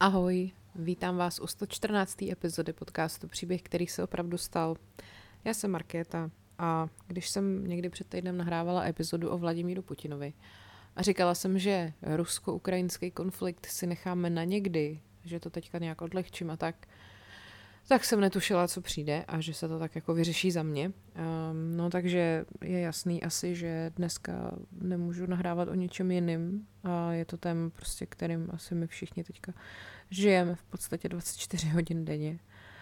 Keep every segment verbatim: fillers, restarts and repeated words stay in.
Ahoj, vítám vás u sto čtrnácté epizody podcastu Příběh, který se opravdu stal. Já jsem Markéta a když jsem někdy před týdnem nahrávala epizodu o Vladimíru Putinovi a říkala jsem, že rusko-ukrajinský konflikt si necháme na někdy, že to teďka nějak odlehčím a tak, tak jsem netušila, co přijde a že se to tak jako vyřeší za mě. Um, no takže je jasný asi, že dneska nemůžu nahrávat o něčem jiným a je to téma prostě, kterým asi my všichni teďka žijeme v podstatě dvacet čtyři hodin denně.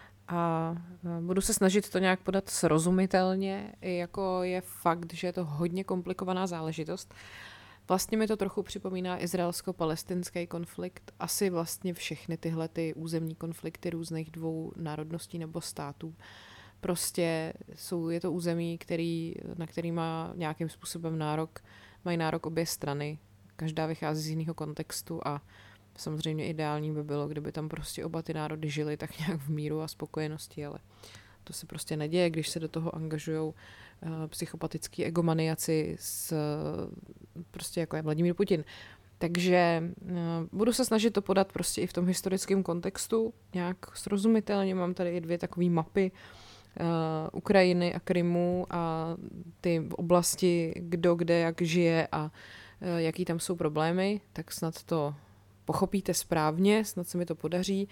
A budu se snažit to nějak podat srozumitelně, jako je fakt, že je to hodně komplikovaná záležitost. Vlastně mi to trochu připomíná izraelsko-palestinský konflikt. Asi vlastně všechny tyhle ty územní konflikty různých dvou národností nebo států. Prostě jsou, je to území, který, na který má nějakým způsobem nárok, mají nárok obě strany. Každá vychází z jiného kontextu a samozřejmě ideální by bylo, kdyby tam prostě oba ty národy žily tak nějak v míru a spokojenosti, ale to se prostě neděje, když se do toho angažujou uh, psychopatický egomaniaci s, prostě jako je Vladimír Putin. Takže uh, budu se snažit to podat prostě i v tom historickém kontextu, nějak srozumitelně. Mám tady i dvě takové mapy uh, Ukrajiny a Krymu a ty oblasti, kdo kde jak žije a uh, jaký tam jsou problémy, tak snad to pochopíte správně, snad se mi to podaří.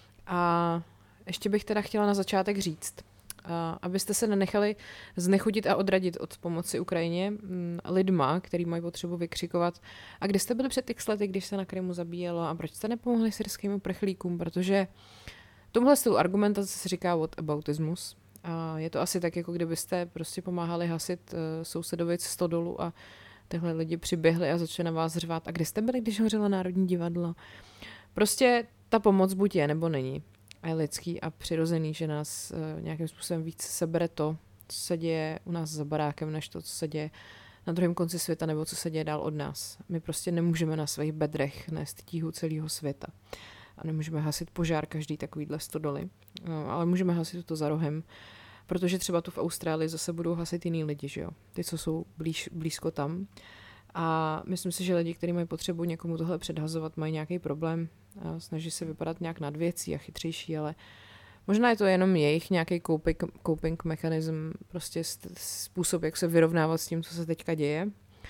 A ještě bych teda chtěla na začátek říct, abyste se nenechali znechutit a odradit od pomoci Ukrajině lidma, který mají potřebu vykřikovat. A kde jste byli před x lety, když se na Krymu zabíjelo a proč jste nepomohli syrským uprchlíkům, protože tomhle stylu argumentace se říká whataboutismus. A je to asi tak, jako kdybyste prostě pomáhali hasit sousedovi stodolu a tyhle lidi přiběhli a začali na vás řvát. A kde jste byli, když hořelo Národní divadlo? Prostě ta pomoc buď je, nebo není. A je lidský a přirozený, že nás uh, nějakým způsobem víc sebere to, co se děje u nás za barákem, než to, co se děje na druhém konci světa, nebo co se děje dál od nás. My prostě nemůžeme na svých bedrech nést tíhu celého světa. A nemůžeme hasit požár každý takovýhle stodoly. No, ale můžeme hasit to za rohem. Protože třeba tu v Austrálii zase budou hasit jiný lidi, že jo? Ty, co jsou blíž, blízko tam. A myslím si, že lidi, kteří mají potřebu někomu tohle předhazovat, mají nějaký problém a snaží se vypadat nějak nad věcí a chytřejší, ale možná je to jenom jejich nějaký coping, coping mechanism, prostě způsob, jak se vyrovnávat s tím, co se teďka děje.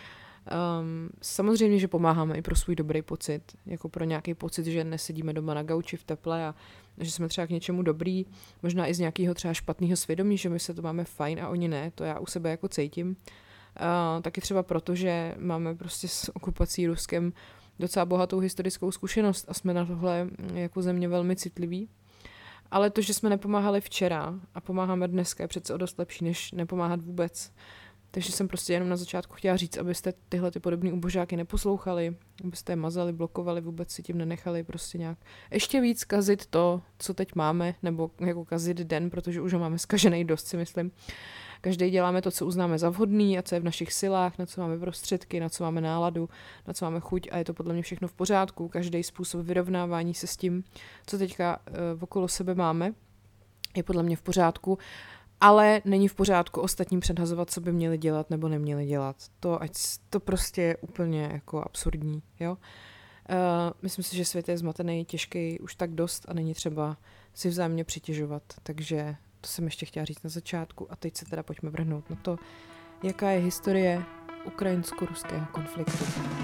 Um, samozřejmě, že pomáháme i pro svůj dobrý pocit, jako pro nějaký pocit, že nesedíme doma na gauči v teple a že jsme třeba k něčemu dobrý, možná i z nějakého třeba špatného svědomí, že my se to máme fajn a oni ne, to já u sebe jako cítím. Uh, taky třeba proto, že máme prostě s okupací Ruskem docela bohatou historickou zkušenost a jsme na tohle jako země velmi citliví. Ale to, že jsme nepomáhali včera a pomáháme dneska, je přece o dost lepší, než nepomáhat vůbec. Takže jsem prostě jenom na začátku chtěla říct, abyste tyhle ty podobné ubožáky neposlouchali, abyste je mazali, blokovali, vůbec si tím nenechali prostě nějak ještě víc kazit to, co teď máme, nebo jako kazit den, protože už ho máme zkažený dost, si myslím. Každý děláme to, co uznáme za vhodný a co je v našich silách, na co máme prostředky, na co máme náladu, na co máme chuť a je to podle mě všechno v pořádku. Každý způsob vyrovnávání se s tím, co teďka uh, okolo sebe máme, je podle mě v pořádku. Ale není v pořádku ostatním předhazovat, co by měli dělat nebo neměli dělat. To, ať to prostě je úplně jako absurdní. Jo? Uh, myslím si, že svět je zmatený, těžký už tak dost a není třeba si vzájemně přitěžovat. Takže to jsem ještě chtěla říct na začátku a teď se teda pojďme vrhnout na to, jaká je historie ukrajinsko-ruského konfliktu.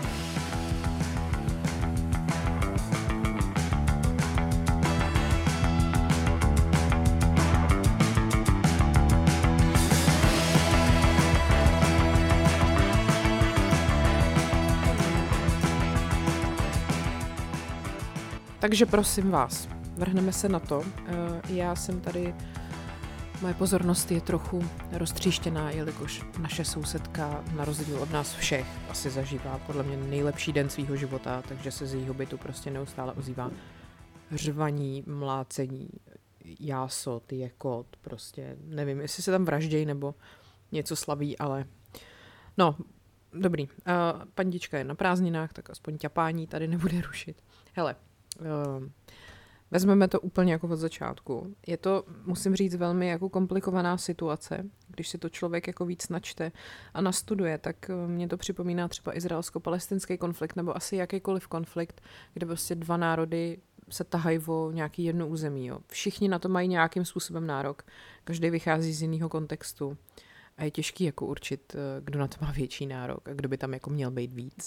Takže prosím vás, vrhneme se na to. Já jsem tady, moje pozornost je trochu roztříštěná, jelikož naše sousedka na rozdíl od nás všech asi zažívá podle mě nejlepší den svýho života, takže se z jejího bytu prostě neustále ozývá řvaní, mlácení, jásot, jekot, prostě nevím, jestli se tam vraždějí nebo něco slaví, ale no, dobrý. Pandička je na prázdninách, tak aspoň ťapání tady nebude rušit. Hele, Uh, vezmeme to úplně jako od začátku. Je to, musím říct, velmi jako komplikovaná situace. Když si to člověk jako víc načte a nastuduje, tak mě to připomíná třeba izraelsko-palestinský konflikt nebo asi jakýkoliv konflikt, kde prostě dva národy se tahají o nějaký jedno území. Jo. Všichni na to mají nějakým způsobem nárok. Každý vychází z jiného kontextu. A je těžký jako určit, kdo na to má větší nárok a kdo by tam jako měl být víc.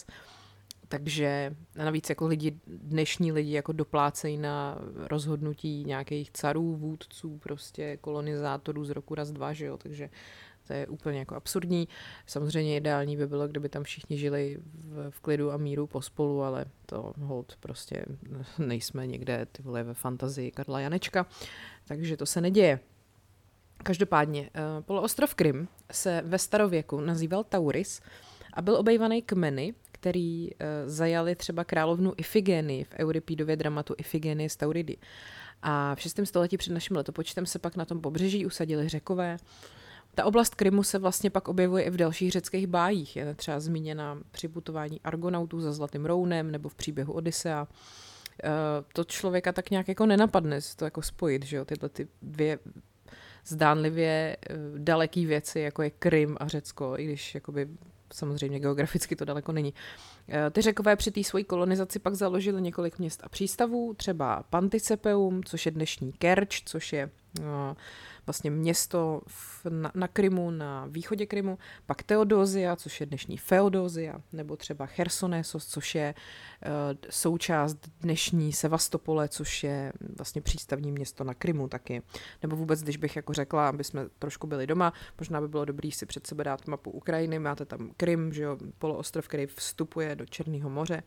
Takže navíc jako lidi, dnešní lidi jako doplácejí na rozhodnutí nějakých carů, vůdců, prostě kolonizátorů z roku raz, dva, že jo, takže to je úplně jako absurdní. Samozřejmě ideální by bylo, kdyby tam všichni žili v, v klidu a míru pospolu, ale to hold prostě nejsme někde ty vole ve fantazii Karla Janečka, takže to se neděje. Každopádně, poloostrov Krym se ve starověku nazýval Tauris a byl obejvaný kmeny, který zajali třeba královnu Ifigénii v Euripidově dramatu Ifigénie z Tauridy. A v šestém století před naším letopočtem se pak na tom pobřeží usadili Řekové. Ta oblast Krymu se vlastně pak objevuje i v dalších řeckých bájích. Je třeba zmíněna při putování Argonautů za Zlatým Rounem nebo v příběhu Odysea. To člověka tak nějak jako nenapadne to jako spojit, že jo, tyhle ty dvě zdánlivě daleký věci, jako je Krym a Řecko, i když jakoby samozřejmě geograficky to daleko není. Ty Řekové při té svojí kolonizaci pak založili několik měst a přístavů, třeba Panticepeum, což je dnešní Kerč, což je no, vlastně město v, na, na Krymu, na východě Krymu, pak Teodosia, což je dnešní Feodosia, nebo třeba Chersonesos, což je uh, součást dnešní Sevastopole, což je vlastně přístavní město na Krymu taky. Nebo vůbec, když bych jako řekla, aby jsme trošku byli doma, možná by bylo dobré si před sebe dát mapu Ukrajiny, máte tam Krym, že jo, poloostrov, který vstupuje do Černého moře.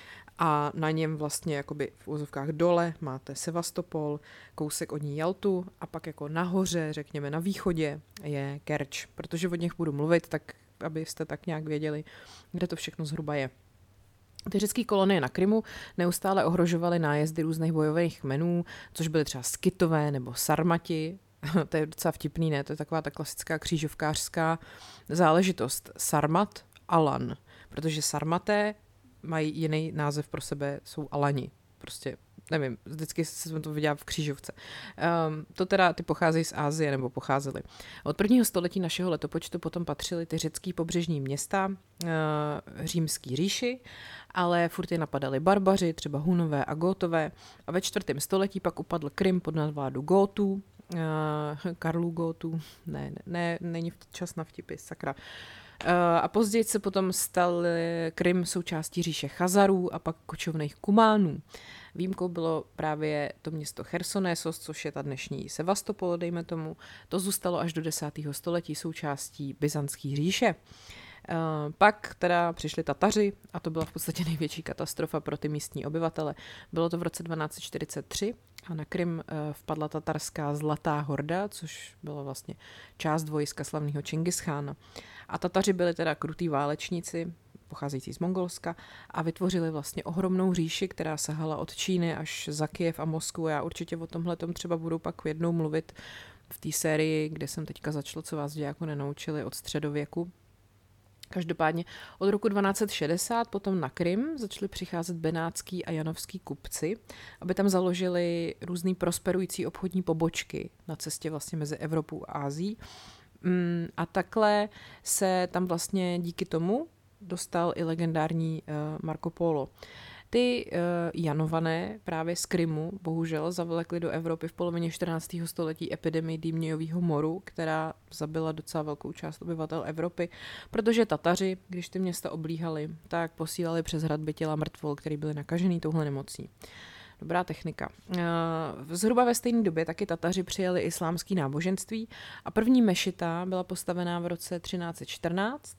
A na něm vlastně jakoby v úzovkách dole máte Sevastopol, kousek od ní Jaltu a pak jako nahoře, řekněme na východě, je Kerč. Protože od nich budu mluvit, tak abyste tak nějak věděli, kde to všechno zhruba je. Ty řecké kolonie na Krymu neustále ohrožovaly nájezdy různých bojových kmenů, což byly třeba Skytové nebo Sarmati. To je docela vtipný, ne? To je taková ta klasická křížovkářská záležitost. Sarmat, Alan. Protože Sarmaté mají jiný název pro sebe, jsou Alani. Prostě, nevím, vždycky jsem to viděla v křížovce. Um, to teda ty pocházejí z Asie, nebo pocházely. Od prvního století našeho letopočtu potom patřily ty řecký pobřežní města uh, římský říši, ale furt je napadaly barbaři, třeba Hunové a Gótové. A ve čtvrtém století pak upadl Krym pod nadvládu Gótů, uh, Karlů Gótů, ne, ne, ne, není čas na vtipy, sakra. A později se potom stal Krym součástí říše Chazarů a pak kočovných Kumánů. Výjimkou bylo právě to město Chersonesos, což je ta dnešní Sevastopol, dejme tomu. To zůstalo až do desátého století součástí Byzantské říše. Pak teda přišli Tataři a to byla v podstatě největší katastrofa pro ty místní obyvatele. Bylo to v roce dvanáct set čtyřicet tři a na Krym vpadla tatarská Zlatá horda, což byla vlastně část vojska slavného Čingischána. A Tataři byli teda krutý válečníci, pocházející z Mongolska a vytvořili vlastně ohromnou říši, která sahala od Číny až za Kyjev a Moskvu. Já určitě o tomhletom třeba budu pak jednou mluvit v té sérii, kde jsem teďka začala, co vás dějáku nenaučili od středověku. Každopádně od roku dvanáct set šedesát potom na Krym začali přicházet benátský a janovský kupci, aby tam založili různý prosperující obchodní pobočky na cestě vlastně mezi Evropou a Ázií. A takhle se tam vlastně díky tomu dostal i legendární Marco Polo. Ty uh, Janované právě z Krymu bohužel zavlekly do Evropy v polovině čtrnáctého století epidemii dýmňového moru, která zabila docela velkou část obyvatel Evropy, protože Tataři, když ty města oblíhali, tak posílali přes hradby těla mrtvol, který byly nakažený touhle nemocí. Dobrá technika. Zhruba ve stejné době taky Tataři přijali islámský náboženství a první mešita byla postavená v roce třináct set čtrnáct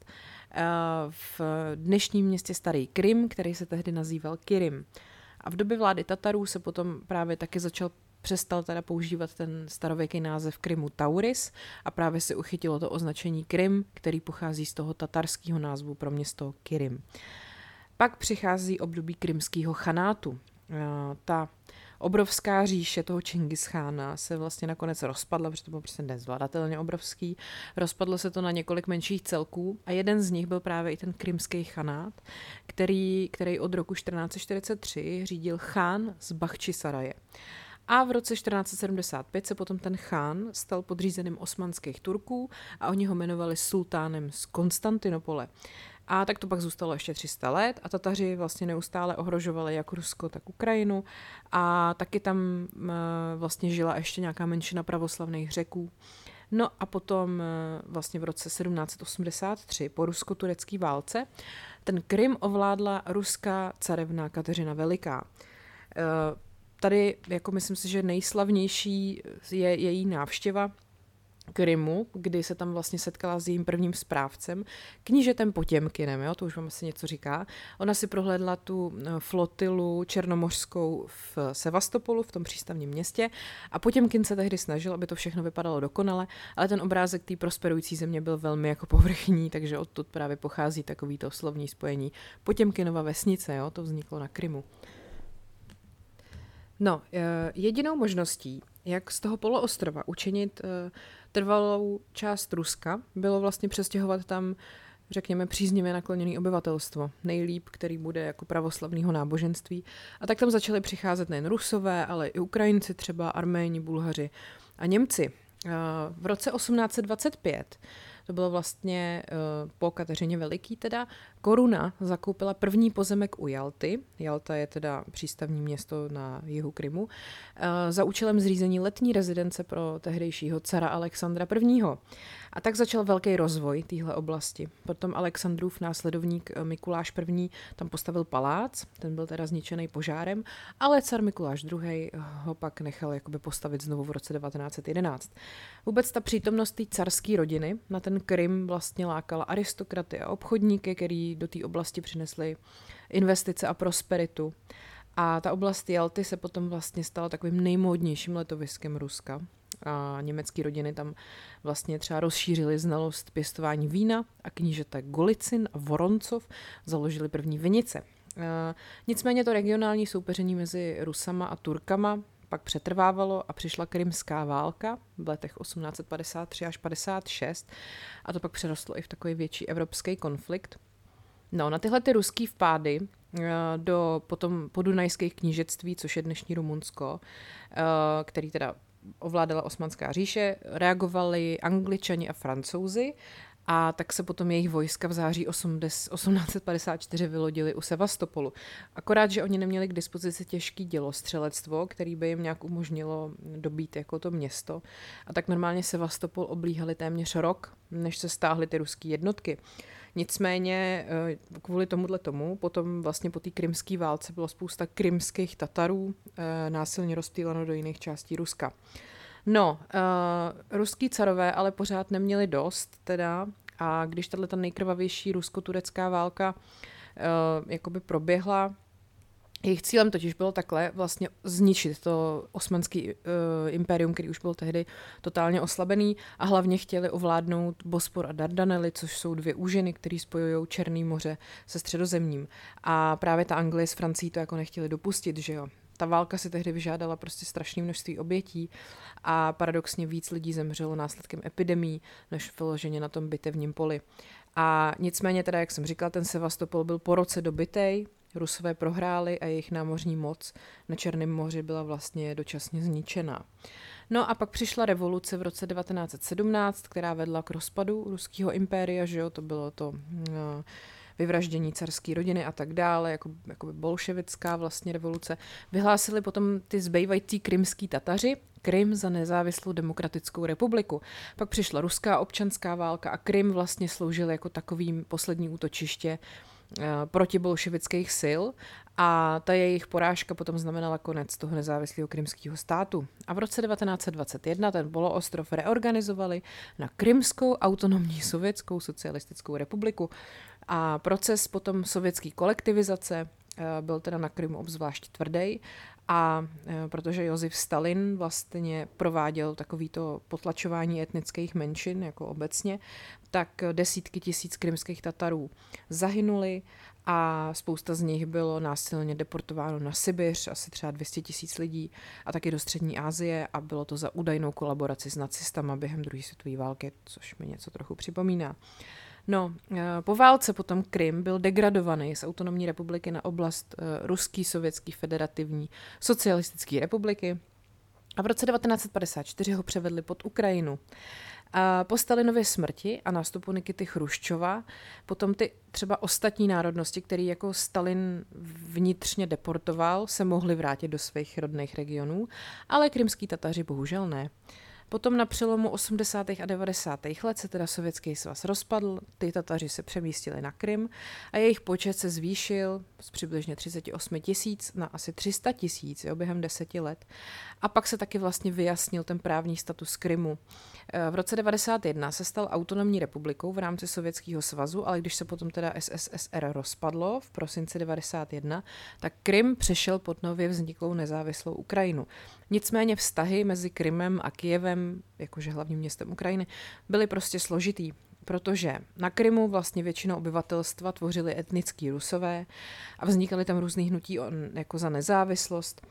v dnešním městě Starý Krym, který se tehdy nazýval Kirim. A v době vlády Tatarů se potom právě taky začal přestal teda používat ten starověký název Krymu Tauris a právě se uchytilo to označení Krym, který pochází z toho tatarského názvu pro město Kirim. Pak přichází období krymského chanátu. Ta obrovská říše toho Čingischána se vlastně nakonec rozpadla, protože to bylo prostě nezvladatelně obrovský. Rozpadlo se to na několik menších celků a jeden z nich byl právě i ten krymský chanát, který, který od roku čtrnáct set čtyřicet tři řídil chán z Bachčisaraje. A v roce čtrnáct set sedmdesát pět se potom ten chán stal podřízeným osmanských Turků a oni ho jmenovali sultánem z Konstantinopole. A tak to pak zůstalo ještě tři sta let a Tataři vlastně neustále ohrožovali jak Rusko, tak Ukrajinu a taky tam vlastně žila ještě nějaká menšina pravoslavných Řeků. No a potom vlastně v roce sedmnáct osmdesát tři po rusko-turecké válce ten Krym ovládla ruská carevna Kateřina Veliká. Tady, jako myslím si, že nejslavnější je její návštěva Krymu, kdy se tam vlastně setkala s jejím prvním správcem, knížetem Potěmkinem, jo, to už vám asi něco říká. Ona si prohlédla tu flotilu černomořskou v Sevastopolu, v tom přístavním městě a Potěmkin se tehdy snažil, aby to všechno vypadalo dokonale, ale ten obrázek té prosperující země byl velmi jako povrchní, takže odtud právě pochází takový to slovní spojení Potěmkinova vesnice, jo, to vzniklo na Krymu. No, jedinou možností, jak z toho poloostrova učinit trvalou část Ruska, bylo vlastně přestěhovat tam, řekněme, příznivě nakloněné obyvatelstvo. Nejlíp, který bude jako pravoslavného náboženství. A tak tam začaly přicházet nejen Rusové, ale i Ukrajinci, třeba Arméni, Bulhaři a Němci. V roce osmnáct dvacet pět, to bylo vlastně po Kateřině Veliký teda, koruna zakoupila první pozemek u Jalty. Jalta je teda přístavní město na jihu Krymu. Za účelem zřízení letní rezidence pro tehdejšího cara Alexandra prvního. A tak začal velký rozvoj téhle oblasti. Potom Alexandrův následovník Mikuláš první tam postavil palác, ten byl teda zničený požárem, ale car Mikuláš druhý ho pak nechal jakoby postavit znovu v roce devatenáct set jedenáct. Vůbec ta přítomnost té carské rodiny na ten Krym vlastně lákala aristokraty a obchodníky, který do té oblasti přinesli investice a prosperitu. A ta oblast Jalty se potom vlastně stala takovým nejmódnějším letoviskem Ruska. A německé rodiny tam vlastně třeba rozšířily znalost pěstování vína a knížete Golicyn a Voroncov založili první vinice. E, nicméně to regionální soupeření mezi Rusama a Turkama pak přetrvávalo a přišla krymská válka v letech osmnáct padesát tři až padesát šest a to pak přerostlo i v takový větší evropský konflikt. No, na tyhle ty ruský vpády do potom podunajských knížectví, což je dnešní Rumunsko, který teda ovládala Osmanská říše, reagovali Angličani a Francouzi a tak se potom jejich vojska v září osmnáct padesát čtyři vylodili u Sevastopolu. Akorát, že oni neměli k dispozici těžký dělostřelectvo, který by jim nějak umožnilo dobít jako to město. A tak normálně Sevastopol oblíhali téměř rok, než se stáhly ty ruské jednotky. Nicméně kvůli tomuhle tomu, potom vlastně po té krymské válce bylo spousta krymských Tatarů násilně rozptýleno do jiných částí Ruska. No, uh, ruský carové ale pořád neměli dost teda a když tato nejkrvavější rusko-turecká válka uh, jakoby proběhla, jejich cílem totiž bylo takhle vlastně zničit to osmanský uh, impérium, který už byl tehdy totálně oslabený a hlavně chtěli ovládnout Bospor a Dardanely, což jsou dvě úžiny, které spojují Černé moře se Středozemním. A právě ta Anglie s Francií to jako nechtěli dopustit, že jo. Ta válka si tehdy vyžádala prostě strašné množství obětí a paradoxně víc lidí zemřelo následkem epidemií, než vyloženě na tom bitevním poli. A nicméně teda, jak jsem říkala, ten Sevastopol byl po roce dobytej, Rusové prohráli a jejich námořní moc na Černém moři byla vlastně dočasně zničená. No a pak přišla revoluce v roce devatenáct set sedmnáct, která vedla k rozpadu ruského impéria, že jo, to bylo to no, vyvraždění carské rodiny a tak dále, jako, jako bolševická vlastně revoluce. Vyhlásili potom ty zbývající krymský Tataři Krym za nezávislou demokratickou republiku. Pak přišla ruská občanská válka a Krym vlastně sloužil jako takovým poslední útočiště proti bolševických sil a ta jejich porážka potom znamenala konec toho nezávislého krymského státu. A v roce devatenáct set dvacet jedna ten poloostrov reorganizovali na Krymskou autonomní sovětskou socialistickou republiku a proces potom sovětské kolektivizace byl teda na Krymu obzvlášť tvrdý a protože Josif Stalin vlastně prováděl takovýto potlačování etnických menšin jako obecně, tak desítky tisíc krymských Tatarů zahynuli a spousta z nich bylo násilně deportováno na Sibiř, asi třeba dvě stě tisíc lidí a taky do Střední Asie a bylo to za údajnou kolaboraci s nacistama během druhé světové války, což mi něco trochu připomíná. No, po válce potom Krym byl degradovaný z autonomní republiky na oblast Ruské sovětské federativní socialistické republiky A v roce devatenáct padesát čtyři ho převedli pod Ukrajinu. A po Stalinově smrti a nástupu Nikity Chruščova potom ty třeba ostatní národnosti, který jako Stalin vnitřně deportoval, se mohly vrátit do svých rodných regionů, ale krymský Tataři bohužel ne. Potom na přelomu osmdesátých a devadesátých let se teda Sovětský svaz rozpadl, ty Tataři se přemístili na Krym a jejich počet se zvýšil z přibližně třicet osm tisíc na asi tři sta tisíc jo, během deseti let. A pak se taky vlastně vyjasnil ten právní status Krymu. V roce devadesát jedna se stal autonomní republikou v rámci Sovětského svazu, ale když se potom teda S S S R rozpadlo v prosinci devadesát jedna, tak Krym přešel pod nově vzniklou nezávislou Ukrajinu. Nicméně vztahy mezi Krymem a Kyjevem, jakože hlavním městem Ukrajiny, byly prostě složitý, protože na Krymu vlastně většinu obyvatelstva tvořili etnický Rusové a vznikaly tam různý hnutí jako za nezávislost.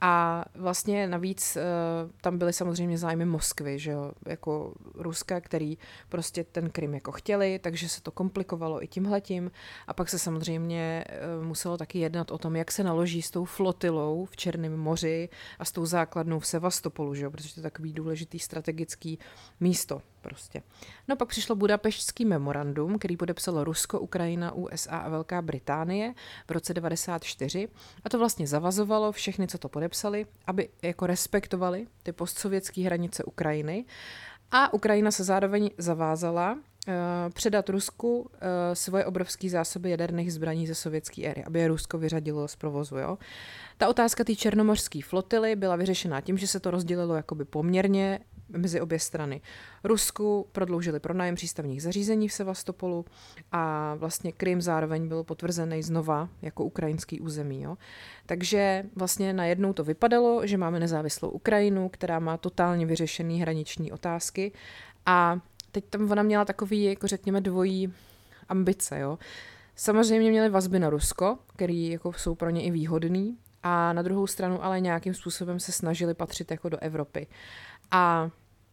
A vlastně navíc tam byly samozřejmě zájmy Moskvy, že jo, jako Ruska, který prostě ten Krym jako chtěli, takže se to komplikovalo i tímhletím. A pak se samozřejmě muselo taky jednat o tom, jak se naloží s tou flotilou v Černém moři a s tou základnou v Sevastopolu, že jo, protože to je takový důležitý strategický místo prostě. No pak přišlo Budapeštský memorandum, který podepsalo Rusko, Ukrajina, U S A a Velká Británie v roce devadesát čtyři a to vlastně zavazovalo všechny, co to podepsali, aby jako respektovali ty postsovětské hranice Ukrajiny a Ukrajina se zároveň zavázala uh, předat Rusku uh, svoje obrovské zásoby jaderných zbraní ze sovětské éry, aby je Rusko vyřadilo z provozu. Jo? Ta otázka té černomořské flotily byla vyřešená tím, že se to rozdělilo jakoby poměrně mezi obě strany. Rusku prodloužili pronájem přístavních zařízení v Sevastopolu a vlastně Krym zároveň byl potvrzený znova jako ukrajinský území. Jo? Takže vlastně najednou to vypadalo, že máme nezávislou Ukrajinu, která má totálně vyřešený hraniční otázky a teď tam ona měla takový, jako řekněme, dvojí ambice. Jo? Samozřejmě měly vazby na Rusko, který jako jsou pro ně i výhodný, a na druhou stranu ale nějakým způsobem se snažili patřit jako do Evropy. A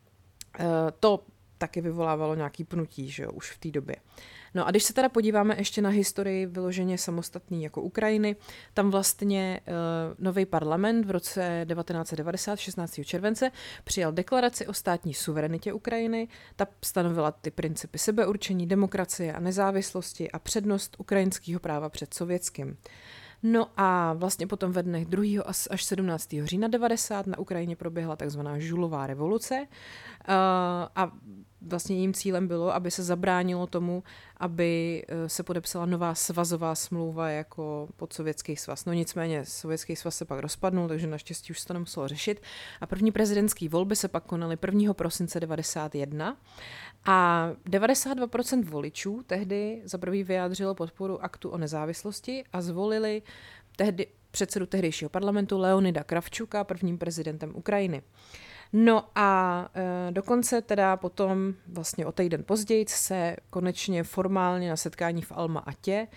e, to taky vyvolávalo nějaký pnutí, že jo, už v té době. No a když se teda podíváme ještě na historii vyloženě samostatný jako Ukrajiny, tam vlastně e, nový parlament v roce devatenáct devadesát, šestnáctého července, přijal deklaraci o státní suverenitě Ukrajiny, ta stanovila ty principy sebeurčení, demokracie a nezávislosti a přednost ukrajinského práva před sovětským. No a vlastně potom ve dnech druhého až sedmnáctého října devadesát na Ukrajině proběhla takzvaná žulová revoluce a vlastně jejím cílem bylo, aby se zabránilo tomu, aby se podepsala nová svazová smlouva jako pod Sovětský svaz. No nicméně Sovětský svaz se pak rozpadnul, takže naštěstí už se to nemuselo řešit. A první prezidentské volby se pak konaly prvního prosince devadesát jedna a devadesát dva procent voličů tehdy za prvý vyjádřilo podporu aktu o nezávislosti a zvolili tehdy předsedu tehdejšího parlamentu Leonida Kravčuka prvním prezidentem Ukrajiny. No a e, dokonce teda potom vlastně o týden později se konečně formálně na setkání v Alma-Atě e,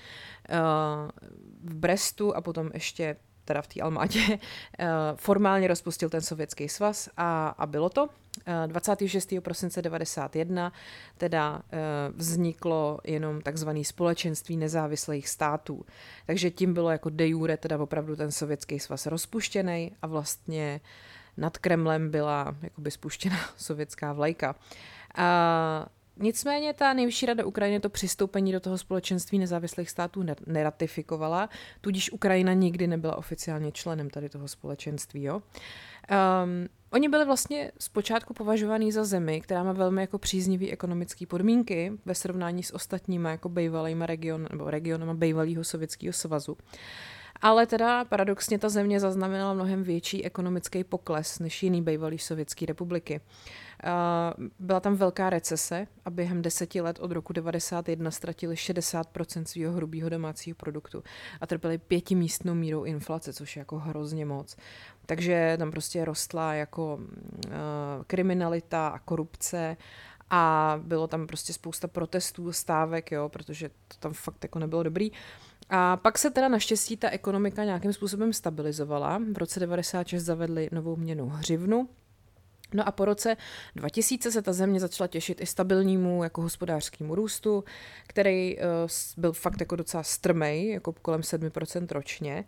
v Brestu a potom ještě teda v té Alma-Atě e, formálně rozpustil ten Sovětský svaz a, a bylo to. E, dvacátého šestého prosince devadesát jedna teda e, vzniklo jenom takzvané společenství nezávislých států. Takže tím bylo jako de jure teda opravdu ten Sovětský svaz rozpuštěný a vlastně nad Kremlem byla jakoby spuštěna sovětská vlajka. A nicméně ta nejvyšší rada Ukrajiny to přistoupení do toho společenství nezávislých států neratifikovala, tudíž Ukrajina nikdy nebyla oficiálně členem tady toho společenství. Jo? Um, oni byli vlastně zpočátku považovaní za zemi, která má velmi jako příznivý ekonomické podmínky ve srovnání s ostatníma jako bejvalýma region, nebo regionama bejvalého Sovětského svazu. Ale teda paradoxně ta země zaznamenala mnohem větší ekonomický pokles než jiný bývalý sovětské republiky. Byla tam velká recese a během deseti let od roku devadesát jedna ztratili šedesát procent svého hrubého domácího produktu a trpěli pětimístnou mírou inflace, což je jako hrozně moc. Takže tam prostě rostla jako uh, kriminalita a korupce a bylo tam prostě spousta protestů, stávek, jo, protože to tam fakt jako nebylo dobrý. A pak se teda naštěstí ta ekonomika nějakým způsobem stabilizovala. V roce devadesát šest zavedli novou měnu hřivnu. No a po roce dva tisíce se ta země začala těšit i stabilnímu jako hospodářskému růstu, který uh, byl fakt jako docela strmej, jako kolem sedm procent ročně.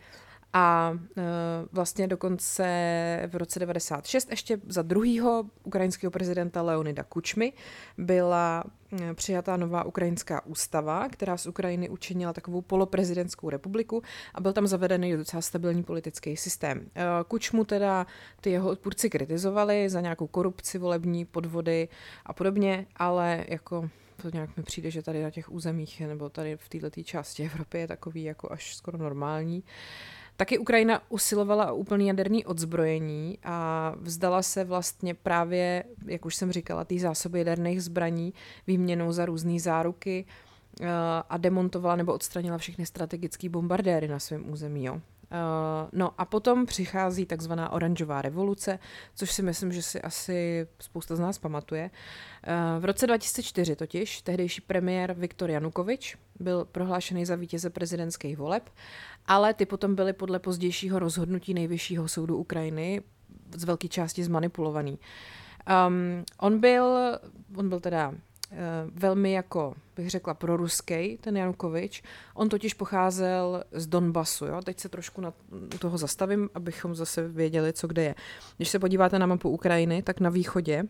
A e, vlastně dokonce v roce devadesát šest ještě za druhýho ukrajinského prezidenta Leonida Kučmy byla e, přijatá nová ukrajinská ústava, která z Ukrajiny učinila takovou poloprezidentskou republiku a byl tam zavedený docela stabilní politický systém. E, Kučmu teda ty jeho odpůrci kritizovali za nějakou korupci, volební podvody a podobně, ale jako to nějak mi přijde, že tady na těch územích nebo tady v této části Evropy je takový jako až skoro normální. Taky Ukrajina usilovala o úplný jaderný odzbrojení a vzdala se vlastně právě, jak už jsem říkala, té zásoby jaderných zbraní výměnou za různé záruky a demontovala nebo odstranila všechny strategické bombardéry na svém území. Jo. No a potom přichází takzvaná oranžová revoluce, což si myslím, že si asi spousta z nás pamatuje. V roce dva tisíce čtyři totiž tehdejší premiér Viktor Janukovič byl prohlášený za vítěze prezidentských voleb, ale ty potom byly podle pozdějšího rozhodnutí Nejvyššího soudu Ukrajiny z velké části zmanipulovaný. Um, on byl, on byl teda velmi jako, bych řekla, proruský, ten Janukovič. On totiž pocházel z Donbasu. Jo? Teď se trošku na toho zastavím, abychom zase věděli, co kde je. Když se podíváte na mapu Ukrajiny, tak na východě,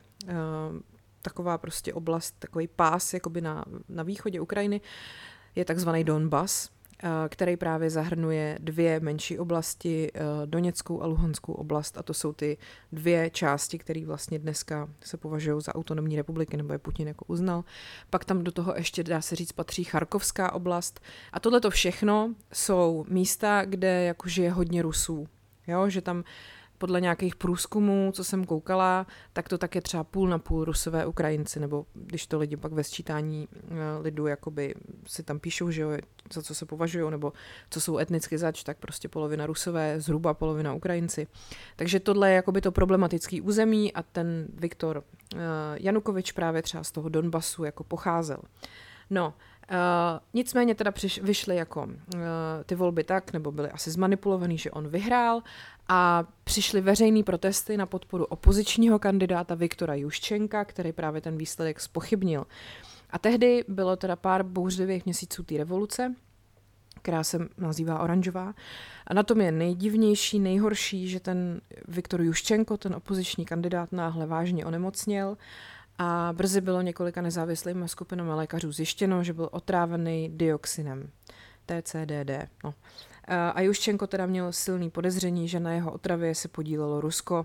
taková prostě oblast, takový pás jakoby na, na východě Ukrajiny, je takzvaný Donbas, který právě zahrnuje dvě menší oblasti, Doněckou a Luhanskou oblast, a to jsou ty dvě části, které vlastně dneska se považují za autonomní republiky, nebo je Putin jako uznal. Pak tam do toho ještě, dá se říct, patří Charkovská oblast. A tohleto všechno jsou místa, kde jako žije hodně Rusů. Jo, že tam podle nějakých průzkumů, co jsem koukala, tak to tak je třeba půl na půl Rusové Ukrajinci, nebo když to lidi pak ve sčítání lidu jakoby si tam píšou, že jo, za co se považují, nebo co jsou etnicky zač, tak prostě polovina Rusové, zhruba polovina Ukrajinci. Takže tohle je jakoby to problematický území a ten Viktor uh, Janukovič právě třeba z toho Donbasu jako pocházel. No, Uh, nicméně teda přiš, vyšly jako uh, ty volby tak, nebo byly asi zmanipulovaný, že on vyhrál a přišly veřejné protesty na podporu opozičního kandidáta Viktora Juščenka, který právě ten výsledek zpochybnil. A tehdy bylo teda pár bouřlivých měsíců té revoluce, která se nazývá oranžová. A na tom je nejdivnější, nejhorší, že ten Viktor Juščenko, ten opoziční kandidát, náhle vážně onemocněl. A brzy bylo několika nezávislými skupinami lékařů zjištěno, že byl otrávený dioxinem, T C D D. No. A Juščenko teda měl silný podezření, že na jeho otravě se podílelo Rusko.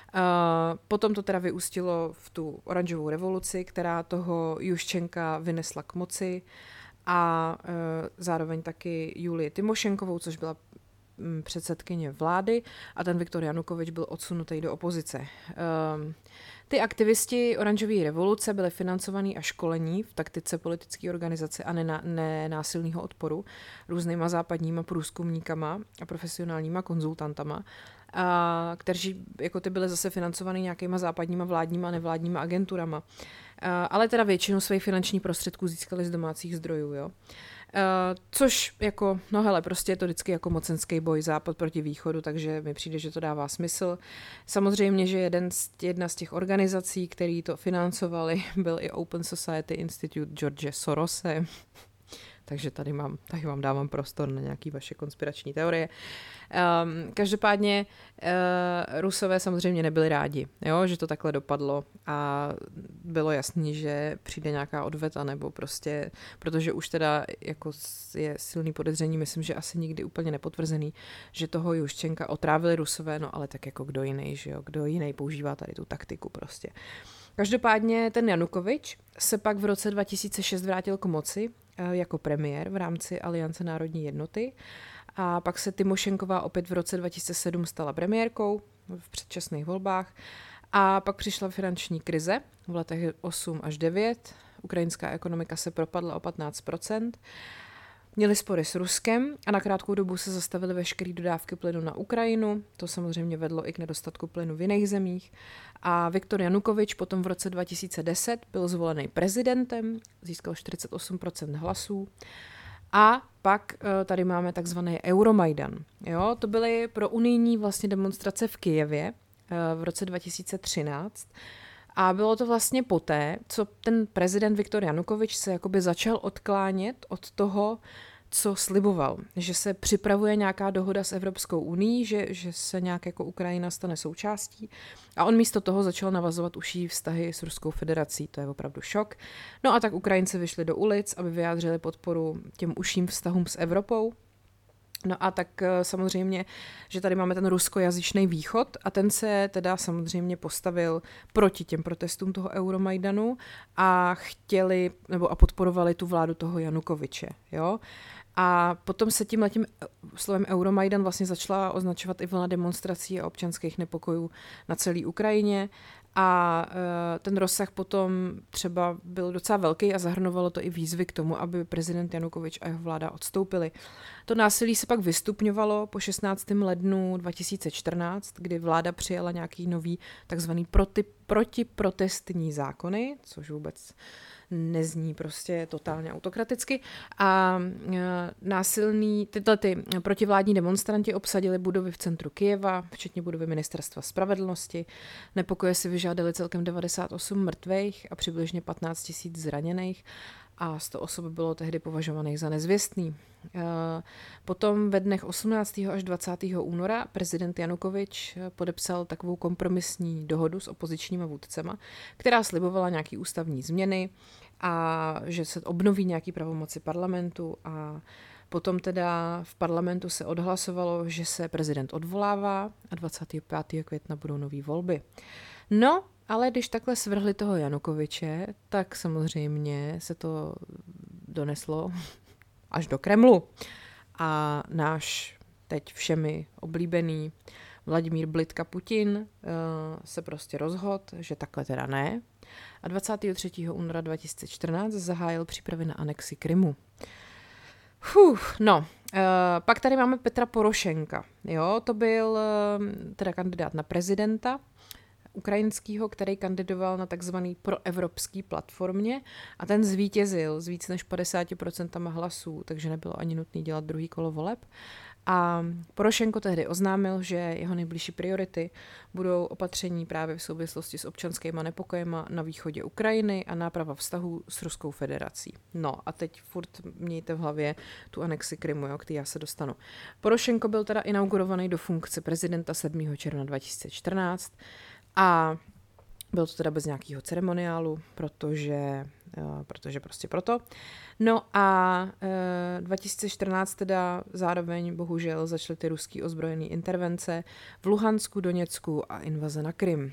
Potom to teda vyústilo v tu oranžovou revoluci, která toho Juščenka vynesla k moci, a zároveň taky Julii Tymošenkovou, což byla předsedkyně vlády, a ten Viktor Janukovič byl odsunutý do opozice. Ty aktivisti oranžové revoluce byly financovaní a školení v taktice politické organizace a nenásilného odporu různýma západníma průzkumníkama a profesionálníma konzultantama, a kteří jako ty byly zase financovaný nějakýma západníma vládníma a nevládníma agenturama. A, ale teda většinu svých finančních prostředků získali z domácích zdrojů, jo. Uh, což jako, no hele, prostě je to vždycky jako mocenský boj západ proti východu, takže mi přijde, že to dává smysl. Samozřejmě, že jeden z, jedna z těch organizací, který to financovali, byl i Open Society Institute George Sorose. Takže tady, mám, tady vám dávám prostor na nějaké vaše konspirační teorie. Um, každopádně uh, Rusové samozřejmě nebyli rádi, jo, že to takhle dopadlo, a bylo jasný, že přijde nějaká odveta, nebo prostě, protože už teda jako je silný podezření, myslím, že asi nikdy úplně nepotvrzený, že toho Juščenka otrávili Rusové, no ale tak jako kdo jiný, že jo, kdo jiný používá tady tu taktiku prostě. Každopádně ten Janukovič se pak v roce dva tisíce šest vrátil k moci jako premiér v rámci Aliance národní jednoty, a pak se Tymošenková opět v roce dva tisíce sedm stala premiérkou v předčasných volbách, a pak přišla finanční krize v letech osm až devět, ukrajinská ekonomika se propadla o patnáct procent, měli spory s Ruskem a na krátkou dobu se zastavily veškeré dodávky plynu na Ukrajinu. To samozřejmě vedlo i k nedostatku plynu v jiných zemích. A Viktor Janukovič potom v roce dva tisíce deset byl zvolený prezidentem, získal čtyřicet osm procent hlasů. A pak tady máme takzvaný Euromajdan. Jo, to byly pro unijní vlastně demonstrace v Kyjevě v roce dva tisíce třináct. A bylo to vlastně poté, co ten prezident Viktor Janukovič se jakoby začal odklánět od toho, co sliboval, že se připravuje nějaká dohoda s Evropskou unií, že, že se nějak jako Ukrajina stane součástí a on místo toho začal navazovat užší vztahy s Ruskou federací, to je opravdu šok. No a tak Ukrajinci vyšli do ulic, aby vyjádřili podporu těm užším vztahům s Evropou. No a tak samozřejmě, že tady máme ten ruskojazyčný východ a ten se teda samozřejmě postavil proti těm protestům toho Euromajdanu a chtěli, nebo a podporovali tu vládu toho Janukovyče, jo. A potom se tímhletím slovem Euromajdan vlastně začala označovat i vlna demonstrací a občanských nepokojů na celé Ukrajině. A ten rozsah potom třeba byl docela velký a zahrnovalo to i výzvy k tomu, aby prezident Janukovyč a jeho vláda odstoupili. To násilí se pak vystupňovalo po šestnáctého lednu dva tisíce čtrnáct, kdy vláda přijala nějaký nový takzvaný proti, protiprotestní zákony, což vůbec nezní prostě totálně autokraticky. A násilný, tyhle ty protivládní demonstranti obsadili budovy v centru Kyjeva, včetně budovy Ministerstva spravedlnosti. Nepokoje si vyžádali celkem devadesát osm mrtvých a přibližně patnáct tisíc zraněných a sto osob bylo tehdy považovaných za nezvěstný. Potom ve dnech osmnáctého až dvacátého února prezident Janukovyč podepsal takovou kompromisní dohodu s opozičníma vůdcema, která slibovala nějaký ústavní změny a že se obnoví nějaký pravomoci parlamentu a potom teda v parlamentu se odhlasovalo, že se prezident odvolává a dvacátého pátého května budou nový volby. No, ale když takhle svrhli toho Janukovyče, tak samozřejmě se to doneslo až do Kremlu. A náš teď všemi oblíbený Vladimír Blitka Putin uh, se prostě rozhodl, že takhle teda ne. A dvacátého třetího února dva tisíce čtrnáct zahájil přípravy na anexi Krymu. Fuh, no, uh, pak tady máme Petra Porošenka. Jo, to byl uh, teda kandidát na prezidenta ukrajinského, který kandidoval na takzvaný proevropský platformě a ten zvítězil z víc než padesát procent hlasů, takže nebylo ani nutné dělat druhý kolo voleb. A Porošenko tehdy oznámil, že jeho nejbližší priority budou opatření právě v souvislosti s občanskýma nepokojema na východě Ukrajiny a náprava vztahů s Ruskou federací. No a teď furt mějte v hlavě tu anexi Krymu, jo, který já se dostanu. Porošenko byl teda inaugurovaný do funkce prezidenta sedmého června dva tisíce čtrnáct a byl to teda bez nějakého ceremoniálu, protože, protože prostě proto. No a dva tisíce čtrnáct teda zároveň bohužel začaly ty ruský ozbrojené intervence v Luhansku, Doněcku a invaze na Krym.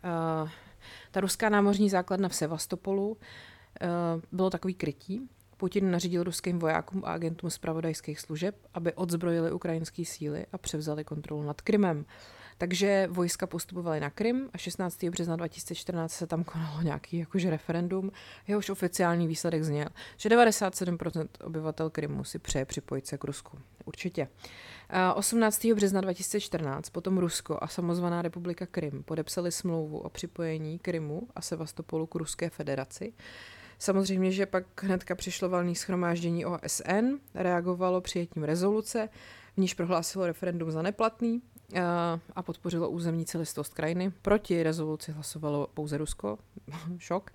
Ta ruská námořní základna v Sevastopolu bylo takový krytí. Putin nařídil ruským vojákům a agentům zpravodajských služeb, aby odzbrojili ukrajinské síly a převzali kontrolu nad Krymem. Takže vojska postupovaly na Krym a šestnáctého března dva tisíce čtrnáct se tam konalo nějaký jakože referendum. Jehož oficiální výsledek zněl, že devadesát sedm procent obyvatel Krymu si přeje připojit se k Rusku. Určitě. osmnáctého března dva tisíce čtrnáct potom Rusko a samozvaná republika Krym podepsali smlouvu o připojení Krymu a Sevastopolu k Ruské federaci. Samozřejmě, že pak hnedka přišlo valné shromáždění O S N, reagovalo přijetím rezoluce, v níž prohlásilo referendum za neplatný a podpořilo územní celistvost krajiny. Proti rezoluci hlasovalo pouze Rusko. Šok.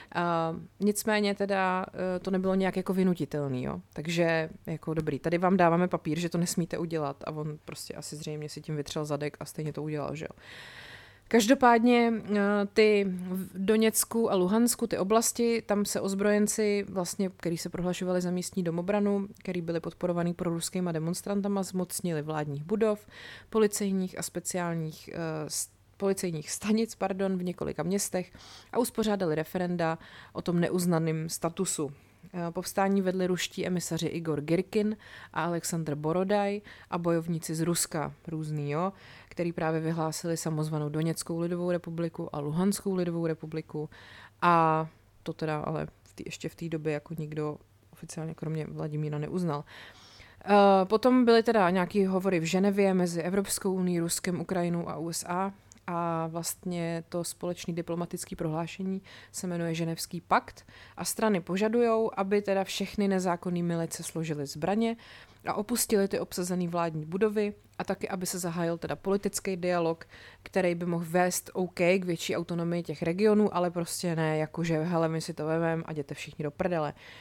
Nicméně teda to nebylo nějak jako vynutitelný, jo. Takže jako dobrý, tady vám dáváme papír, že to nesmíte udělat a on prostě asi zřejmě si tím vytřel zadek a stejně to udělal, že jo. Každopádně ty v Doněcku a Luhansku, ty oblasti, tam se ozbrojenci, vlastně, který se prohlašovali za místní domobranu, který byli podporovaný proruskýma demonstrantama, zmocnili vládních budov, policejních a speciálních uh, policejních stanic pardon, v několika městech a uspořádali referenda o tom neuznaném statusu. Povstání vedli ruští emisaři Igor Girkin a Aleksandr Borodaj a bojovníci z Ruska, různý, jo, který právě vyhlásili samozvanou Doněckou lidovou republiku a Luhanskou lidovou republiku a to teda ale v tý, ještě v té době jako nikdo oficiálně kromě Vladimíra neuznal. Uh, potom byly teda nějaké hovory v Ženevě mezi Evropskou unií, Ruskem, Ukrajinou a U S A a vlastně to společné diplomatické prohlášení se jmenuje Ženevský pakt a strany požadujou, aby teda všechny nezákonné milice složily zbraně a opustili ty obsazené vládní budovy a taky, aby se zahájil teda politický dialog, který by mohl vést OK k větší autonomii těch regionů, ale prostě ne, jakože hele, my si to vememe a jděte všichni do prdele.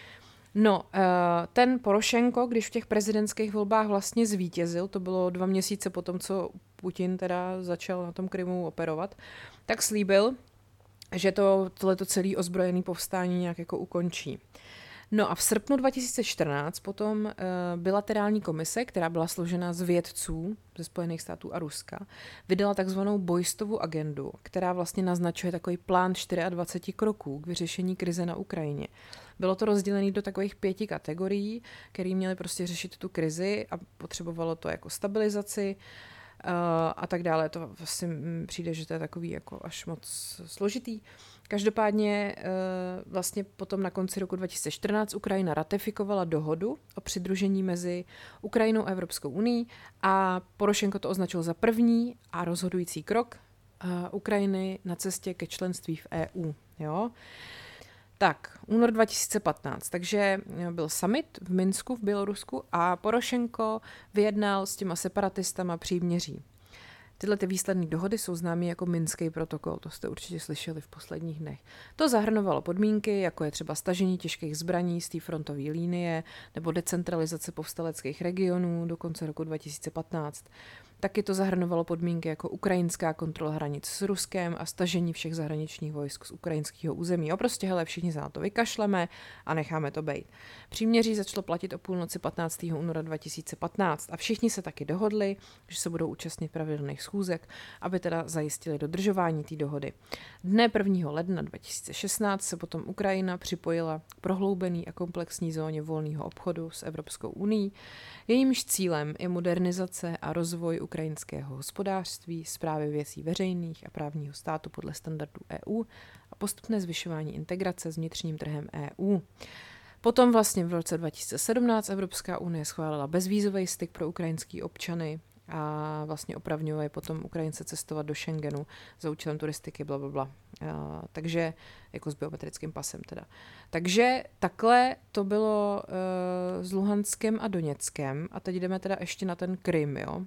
No, ten Porošenko, když v těch prezidentských volbách vlastně zvítězil, to bylo dva měsíce potom, co Putin teda začal na tom Krymu operovat, tak slíbil, že to tohleto celé ozbrojené povstání nějak jako ukončí. No a v srpnu dva tisíce čtrnáct potom uh, bilaterální komise, která byla složena z vědců ze Spojených států a Ruska, vydala takzvanou Boystovu agendu, která vlastně naznačuje takový plán dvacet čtyři kroků k vyřešení krize na Ukrajině. Bylo to rozdělené do takových pěti kategorií, které měly prostě řešit tu krizi a potřebovalo to jako stabilizaci uh, a tak dále. To vlastně přijde, že to je takový jako až moc složitý. Každopádně vlastně potom na konci roku dva tisíce čtrnáct Ukrajina ratifikovala dohodu o přidružení mezi Ukrajinou a Evropskou unií a Porošenko to označil za první a rozhodující krok Ukrajiny na cestě ke členství v E U. Jo? Tak, únor dva tisíce patnáct, takže byl summit v Minsku v Bělorusku a Porošenko vyjednal s těma separatistama příměří. Tyhle ty výsledné dohody jsou známé jako Minský protokol, to jste určitě slyšeli v posledních dnech. To zahrnovalo podmínky, jako je třeba stažení těžkých zbraní z té frontové linie nebo decentralizace povstaleckých regionů do konce roku dva tisíce patnáct. Taky to zahrnovalo podmínky jako ukrajinská kontrola hranic s Ruskem a stažení všech zahraničních vojsk z ukrajinského území. Jo, prostě hele, všichni se na to vykašleme a necháme to bejt. Příměří začalo platit o půlnoci patnáctého února dva tisíce patnáct a všichni se taky dohodli, že se budou účastnit pravidelných schůzek, aby teda zajistili dodržování té dohody. Dne prvního ledna dva tisíce šestnáct se potom Ukrajina připojila k prohloubený a komplexní zóně volného obchodu s Evropskou unií. Jejímž cílem je modernizace a rozvoj ukrajinského hospodářství, správy věcí veřejných a právního státu podle standardů E U a postupné zvyšování integrace s vnitřním trhem E U. Potom vlastně v roce dva tisíce sedmnáct Evropská unie schválila bezvízový styk pro ukrajinský občany a vlastně opravňuje potom Ukrajince cestovat do Schengenu za účelem turistiky, blablabla. Takže jako s biometrickým pasem teda. Takže takhle to bylo uh, s Luhanskem a Doněckem a teď jdeme teda ještě na ten Krym, jo.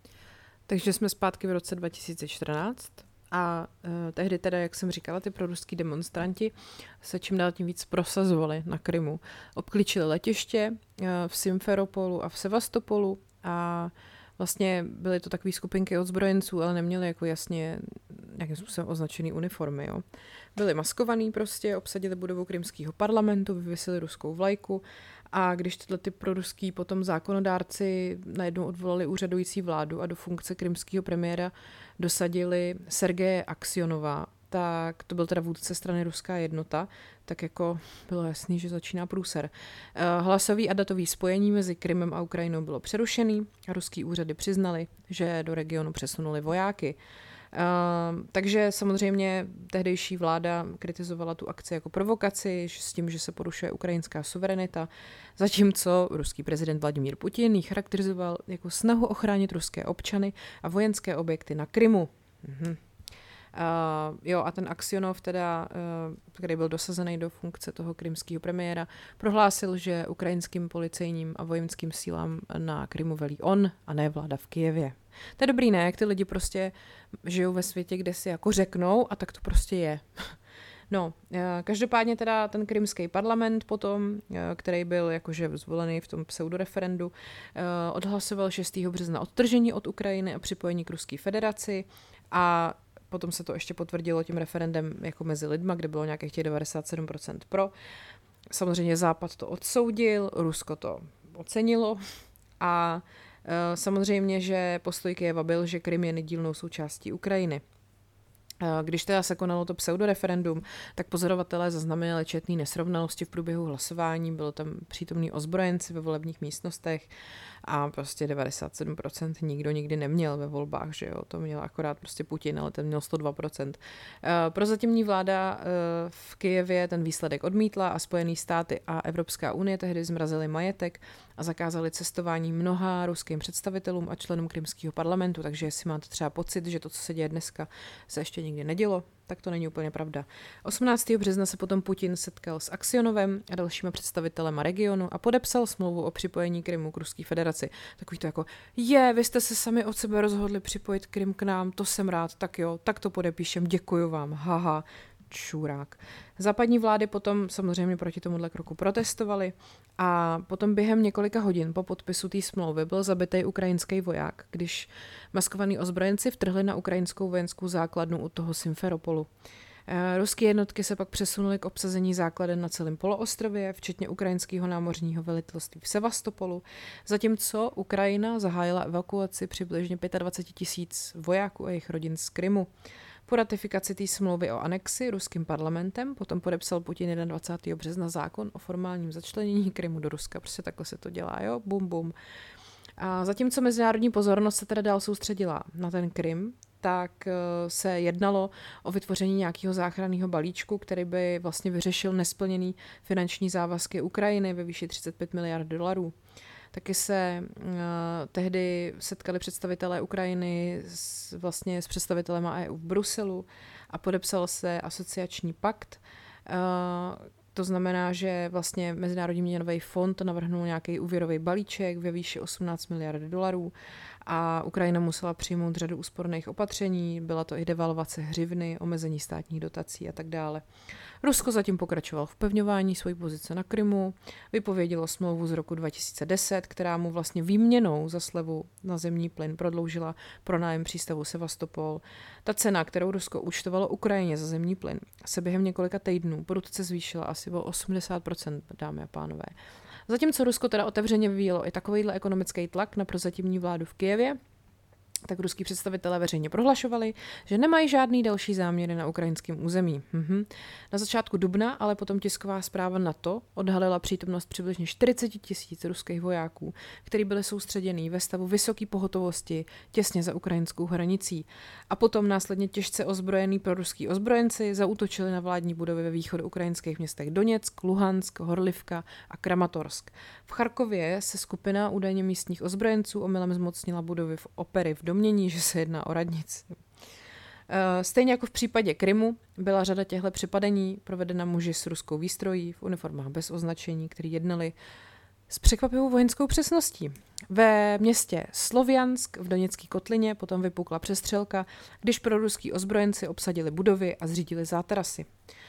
Takže jsme zpátky v roce dva tisíce čtrnáct a uh, tehdy teda, jak jsem říkala, ty proruský demonstranti se čím dál tím víc prosazovali na Krymu. Obklíčili letiště uh, v Simferopolu a v Sevastopolu a vlastně byly to takové skupinky odzbrojenců, ale neměly jako jasně nějakým způsobem označený uniformy. Jo. Byli maskovaný prostě, obsadili budovu krymského parlamentu, vyvěsili ruskou vlajku a když tyhle ty proruský potom zákonodárci najednou odvolali úřadující vládu a do funkce krymského premiéra dosadili Sergeje Aksionova, tak to byl teda vůdce strany Ruská jednota, tak jako bylo jasný, že začíná průser. Hlasový a datový spojení mezi Krymem a Ukrajinou bylo přerušený a ruský úřady přiznali, že do regionu přesunuli vojáky. Uh, takže samozřejmě tehdejší vláda kritizovala tu akci jako provokaci s tím, že se porušuje ukrajinská suverenita, zatímco ruský prezident Vladimír Putin ji charakterizoval jako snahu ochránit ruské občany a vojenské objekty na Krymu. Mhm. Uh, jo, a ten Aksionov, teda, uh, který byl dosazený do funkce toho krymského premiéra, prohlásil, že ukrajinským policejním a vojenským sílám na Krymu velí on a ne vláda v Kyjevě. To je dobrý, ne? Jak ty lidi prostě žijou ve světě, kde si jako řeknou a tak to prostě je. No, každopádně teda ten krymský parlament potom, který byl jakože zvolený v tom pseudoreferendu, odhlasoval šestého března odtržení od Ukrajiny a připojení k Ruské federaci a potom se to ještě potvrdilo tím referendem jako mezi lidma, kde bylo nějakých těch devadesát sedm procent pro. Samozřejmě Západ to odsoudil, Rusko to ocenilo a samozřejmě, že postoj Kyjeva byl, že Krym je nedílnou součástí Ukrajiny. Když teda se konalo to pseudoreferendum, tak pozorovatelé zaznamenali četné nesrovnalosti v průběhu hlasování, bylo tam přítomní ozbrojenci ve volebních místnostech a prostě devadesát sedm procent nikdo nikdy neměl ve volbách, že jo, to měl akorát prostě Putin, ale ten měl sto dva procent. Prozatímní vláda v Kyjevě ten výsledek odmítla a Spojené státy a Evropská unie tehdy zmrazily majetek a zakázali cestování mnoha ruským představitelům a členům krymského parlamentu, takže jestli máte třeba pocit, že to, co se děje dneska, se ještě nikdy nedělo, tak to není úplně pravda. osmnáctého března se potom Putin setkal s Aksionovem a dalšíma představitelema regionu a podepsal smlouvu o připojení Krymu k Ruské federaci. Takový to jako, je, vy jste se sami od sebe rozhodli připojit Krym k nám, to jsem rád, tak jo, tak to podepíšem, děkuju vám, haha. čurák. Západní vlády potom samozřejmě proti tomuhle kroku protestovaly a potom během několika hodin po podpisu té smlouvy byl zabitý ukrajinský voják, když maskovaní ozbrojenci vtrhli na ukrajinskou vojenskou základnu u toho Simferopolu. Ruské jednotky se pak přesunuly k obsazení základen na celém poloostrově, včetně ukrajinského námořního velitelství v Sevastopolu, zatímco Ukrajina zahájila evakuaci přibližně dvacet pět tisíc vojáků a jejich rodin z Krymu. Po ratifikaci té smlouvy o anexi ruským parlamentem potom podepsal Putin dvacátého prvního března zákon o formálním začlenění Krymu do Ruska. Prostě takhle se to dělá, jo, bum bum. A zatímco mezinárodní pozornost se teda dál soustředila na ten Krym, tak se jednalo o vytvoření nějakého záchranného balíčku, který by vlastně vyřešil nesplněný finanční závazky Ukrajiny ve výši třicet pět miliard dolarů. Taky se uh, tehdy setkali představitelé Ukrajiny s, vlastně s představitelema E U v Bruselu a podepsal se asociační pakt. Uh, to znamená, že vlastně Mezinárodní měnový fond navrhnul nějaký úvěrový balíček ve výši osmnáct miliard dolarů a Ukrajina musela přijmout řadu úsporných opatření, byla to i devalvace hřivny, omezení státních dotací a tak dále. Rusko zatím pokračovalo v pevňování své pozice na Krymu, vypovědělo smlouvu z roku dva tisíce deset, která mu vlastně výměnou za slevu na zemní plyn prodloužila pronájem přístavu Sevastopol. Ta cena, kterou Rusko účtovalo Ukrajině za zemní plyn, se během několika týdnů prudce zvýšila asi o osmdesát procent, dámy a pánové. Zatímco Rusko teda otevřeně vyvíjelo i takovýhle ekonomický tlak na prozatímní vládu v Kyjevě, tak ruský představitelé veřejně prohlašovali, že nemají žádný další záměry na ukrajinském území. Mhm. Na začátku dubna ale potom tisková zpráva NATO odhalila přítomnost přibližně čtyřicet tisíc ruských vojáků, kteří byli soustředění ve stavu vysoké pohotovosti těsně za ukrajinskou hranicí. A potom následně těžce ozbrojení proruský ozbrojenci zaútočili na vládní budovy ve východoukrajinských městech Doněck, Luhansk, Horlivka a Kramatorsk. V Charkově se skupina údajně místních ozbrojenců omylem zmocnila budovy v opery v domnění, že se jedná o radnici. Stejně jako v případě Krymu byla řada těchto přepadení provedena muži s ruskou výstrojí v uniformách bez označení, kteří jednali s překvapivou vojenskou přesností. Ve městě Sloviansk v Doněcké kotlině potom vypukla přestřelka, když proruský ozbrojenci obsadili budovy a zřídili zátarasy.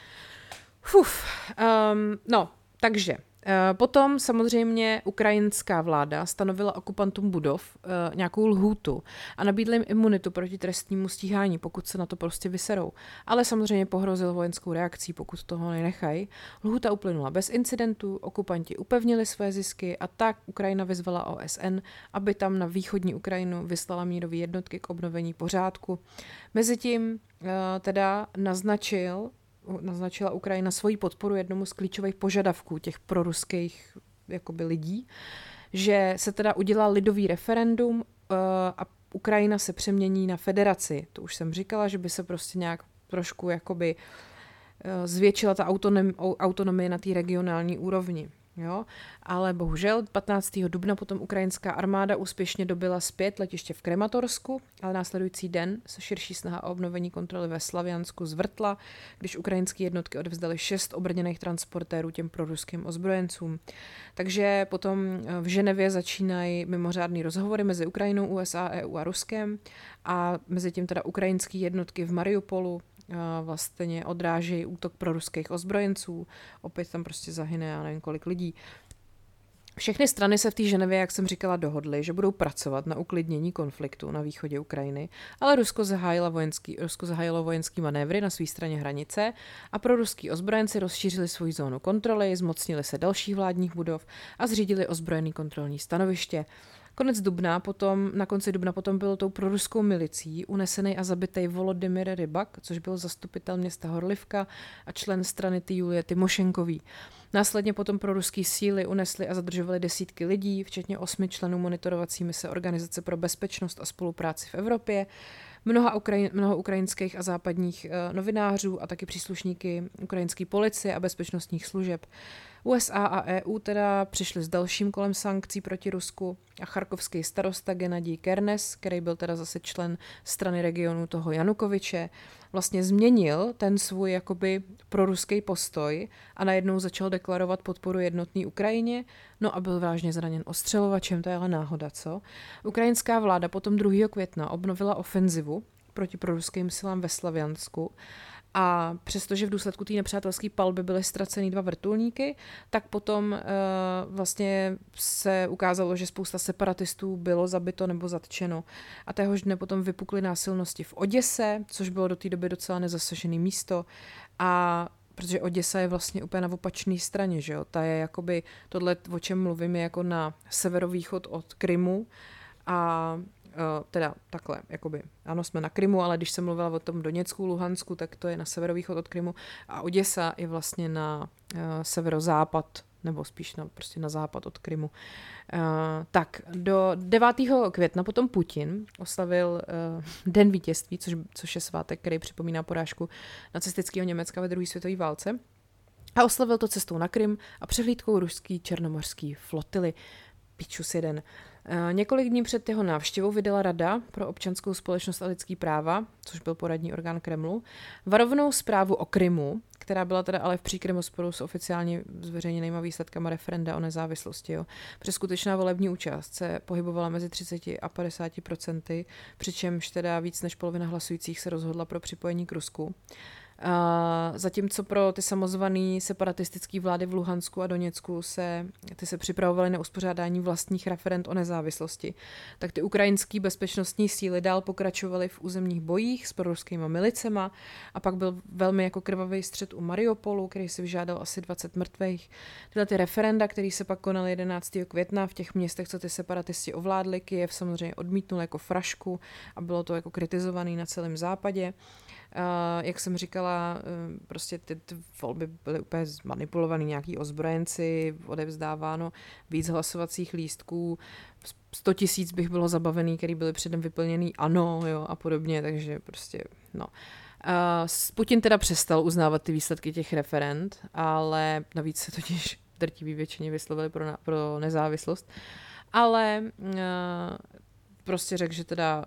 Fuf, um, no, takže potom samozřejmě ukrajinská vláda stanovila okupantům budov e, nějakou lhůtu a nabídla jim imunitu proti trestnímu stíhání, pokud se na to prostě vyserou. Ale samozřejmě pohrozil vojenskou reakcí, pokud toho nenechají. Lhůta uplynula bez incidentů, okupanti upevnili své zisky a tak Ukrajina vyzvala O S N, aby tam na východní Ukrajinu vyslala mírové jednotky k obnovení pořádku. Mezitím e, teda naznačil naznačila Ukrajina svoji podporu jednomu z klíčových požadavků těch proruských jakoby lidí, že se teda udělá lidový referendum uh, a Ukrajina se přemění na federaci. To už jsem říkala, že by se prostě nějak trošku jakoby uh, zvětšila ta autonom, autonomie na té regionální úrovni. Jo? Ale bohužel patnáctého dubna potom ukrajinská armáda úspěšně dobyla zpět letiště v Krematorsku, ale následující den se širší snaha o obnovení kontroly ve Slaviansku zvrtla, když ukrajinské jednotky odevzdaly šest obrněných transportérů těm proruským ozbrojencům. Takže potom v Ženevě začínají mimořádné rozhovory mezi Ukrajinou, U S A, E U a Ruskem a mezi tím teda ukrajinské jednotky v Mariupolu vlastně odráží útok proruských ozbrojenců, opět tam prostě zahyne, já nevím kolik lidí. Všechny strany se v té Ženevě, jak jsem říkala, dohodly, že budou pracovat na uklidnění konfliktu na východě Ukrajiny, ale Rusko zahájilo vojenský, Rusko zahájilo vojenský manévry na své straně hranice a proruský ozbrojenci rozšířili svou zónu kontroly, zmocnili se dalších vládních budov a zřídili ozbrojený kontrolní stanoviště. Konec dubna potom, na konci dubna potom byl tou proruskou milicí unesený a zabitý Volodymyr Rybak, což byl zastupitel města Horlivka a člen strany ty Julie Tymošenkový. Následně potom proruský síly unesly a zadržovaly desítky lidí, včetně osmi členů monitorovací mise Organizace pro bezpečnost a spolupráci v Evropě, mnoha Ukrajin, mnoho ukrajinských a západních e, novinářů a taky příslušníky ukrajinské policie a bezpečnostních služeb. U S A a E U teda přišli s dalším kolem sankcí proti Rusku a charkovský starosta Gennadij Kernes, který byl teda zase člen strany regionu toho Janukoviče, vlastně změnil ten svůj jakoby proruský postoj a najednou začal deklarovat podporu jednotné Ukrajině, no a byl vážně zraněn ostřelovačem, to je ale náhoda, co? Ukrajinská vláda potom druhého května obnovila ofenzivu proti proruským silám ve Slaviansku. A přestože v důsledku té nepřátelské palby byly ztraceny dva vrtulníky, tak potom uh, vlastně se ukázalo, že spousta separatistů bylo zabito nebo zatčeno. A téhož dne potom vypukly násilnosti v Oděse, což bylo do té doby docela nezasažené místo. A protože Oděsa je vlastně úplně na opačné straně, že jo? Ta je jakoby, tohle, o čem mluvím, je jako na severovýchod od Krymu a Uh, teda takhle, jakoby, ano, jsme na Krymu, ale když jsem mluvila o tom Doněcku, Luhansku, tak to je na severovýchod od Krymu a Oděsa je vlastně na uh, severozápad, nebo spíš na, prostě na západ od Krymu. Uh, tak, do devátého května potom Putin oslavil uh, Den vítězství, což, což je svátek, který připomíná porážku nacistického Německa ve druhé světové válce. A oslavil to cestou na Krym a přehlídkou ruský černomorský flotily. Pičus jeden. Uh, několik dní před jeho návštěvou vydala Rada pro občanskou společnost a lidský práva, což byl poradní orgán Kremlu, varovnou zprávu o Krymu, která byla teda ale v příkrém rozporu s oficiálně zveřejněnýma výsledkama referenda o nezávislosti. Jo. Přes skutečná volební účast se pohybovala mezi třicet a padesát procenty, přičemž teda víc než polovina hlasujících se rozhodla pro připojení k Rusku. Uh, zatímco pro ty samozvané separatistické vlády v Luhansku a Doněcku se, ty se připravovaly na uspořádání vlastních referend o nezávislosti, tak ty ukrajinské bezpečnostní síly dál pokračovaly v územních bojích s proruskýma milicema a pak byl velmi jako krvavý střet u Mariupolu, který si vyžádal asi dvacet mrtvých. Tyhle ty referenda, které se pak konaly jedenáctého května v těch městech, co ty separatisti ovládli, Kyjev samozřejmě odmítnul jako frašku a bylo to jako kritizovaný na celém západě. Uh, jak jsem říkala, uh, prostě ty, ty volby byly úplně zmanipulovaný, nějaký ozbrojenci, odevzdáváno víc hlasovacích lístků, sto tisíc bych bylo zabavený, který byly předem vyplněný ano, jo, a podobně, takže prostě, no. Uh, Putin teda přestal uznávat ty výsledky těch referend, ale navíc se totiž drtivý většině vyslovili pro, na, pro nezávislost, ale uh, prostě řekl, že teda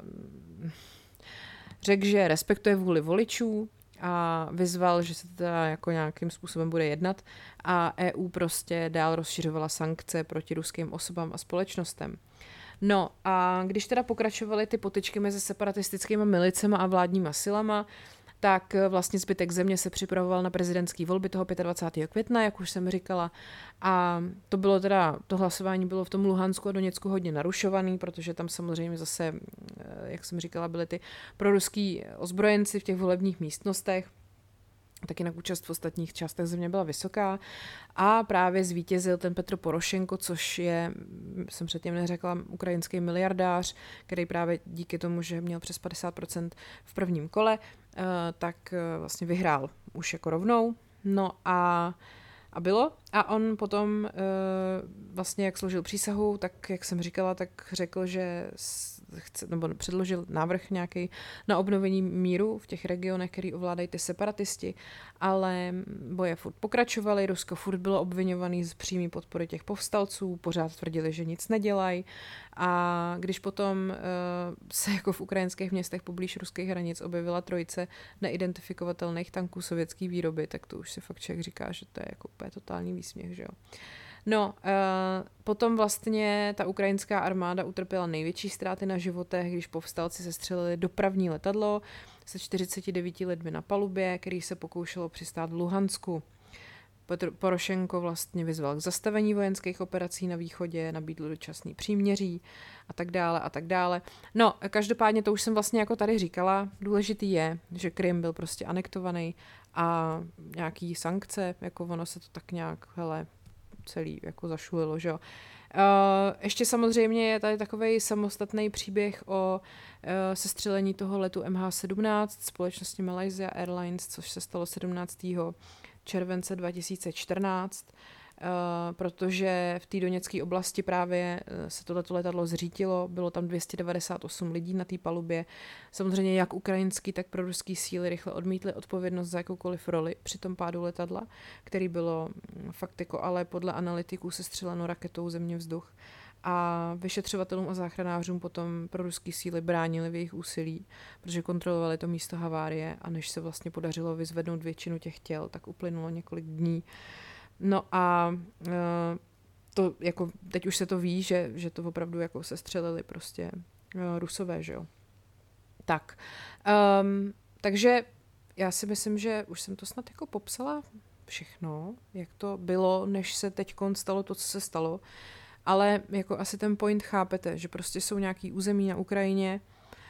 Řekl, že respektuje vůli voličů a vyzval, že se teda jako nějakým způsobem bude jednat a E U prostě dál rozšiřovala sankce proti ruským osobám a společnostem. No a když teda pokračovaly ty potyčky mezi separatistickými milicema a vládníma silama, tak vlastně zbytek země se připravoval na prezidentské volby toho dvacátého pátého května, jak už jsem říkala. A to bylo teda, to hlasování bylo v tom Luhansku a Doněcku hodně narušovaný, protože tam samozřejmě zase, jak jsem říkala, byly ty proruský ozbrojenci v těch volebních místnostech. Tak jinak účast v ostatních částech země byla vysoká a právě zvítězil ten Petro Porošenko, což je, jsem předtím neřekla, ukrajinský miliardář, který právě díky tomu, že měl přes padesát procent v prvním kole, tak vlastně vyhrál už jako rovnou. No a, a bylo. A on potom vlastně, jak složil přísahu, tak jak jsem říkala, tak řekl, že chce, nebo předložil návrh nějaký na obnovení míru v těch regionech, který ovládají ty separatisti, ale boje furt pokračovaly, Rusko furt bylo obviňovaný z přímé podpory těch povstalců, pořád tvrdili, že nic nedělají a když potom uh, se jako v ukrajinských městech poblíž ruských hranic objevila trojice neidentifikovatelných tanků sovětské výroby, tak to už si fakt člověk říká, že to je jako úplně totální výsměch, že jo. No, uh, potom vlastně ta ukrajinská armáda utrpěla největší ztráty na životech, když povstalci sestřelili dopravní letadlo se čtyřiceti devíti lidmi na palubě, který se pokoušelo přistát v Luhansku. Petr Porošenko vlastně vyzval k zastavení vojenských operací na východě, nabídl dočasný příměří a tak dále a tak dále. No, každopádně to už jsem vlastně jako tady říkala, důležitý je, že Krym byl prostě anektovaný a nějaký sankce, jako ono se to tak nějak, hele, celý jako zašulilo, že jo. Uh, ještě samozřejmě je tady takovej samostatný příběh o uh, sestřelení toho letu M H sedmnáct společnosti Malaysia Airlines, což se stalo sedmnáctého července dva tisíce čtrnáct, Uh, protože v té doněcké oblasti právě uh, se tohleto letadlo zřítilo, bylo tam dvě stě devadesát osm lidí na té palubě. Samozřejmě jak ukrajinský, tak proruský síly rychle odmítly odpovědnost za jakoukoliv roli při tom pádu letadla, který bylo um, fakt jako, ale podle analytiků sestřeleno raketou země vzduch. A vyšetřovatelům a záchranářům potom proruský síly bránili v jejich úsilí, protože kontrolovali to místo havárie a než se vlastně podařilo vyzvednout většinu těch těl, tak uplynulo několik dní. No a uh, to jako teď už se to ví, že, že to opravdu jako sestřelili prostě uh, Rusové, že jo. Tak, um, takže já si myslím, že už jsem to snad jako popsala všechno, jak to bylo, než se teď stalo to, co se stalo. Ale jako asi ten point chápete, že prostě jsou nějaký území na Ukrajině,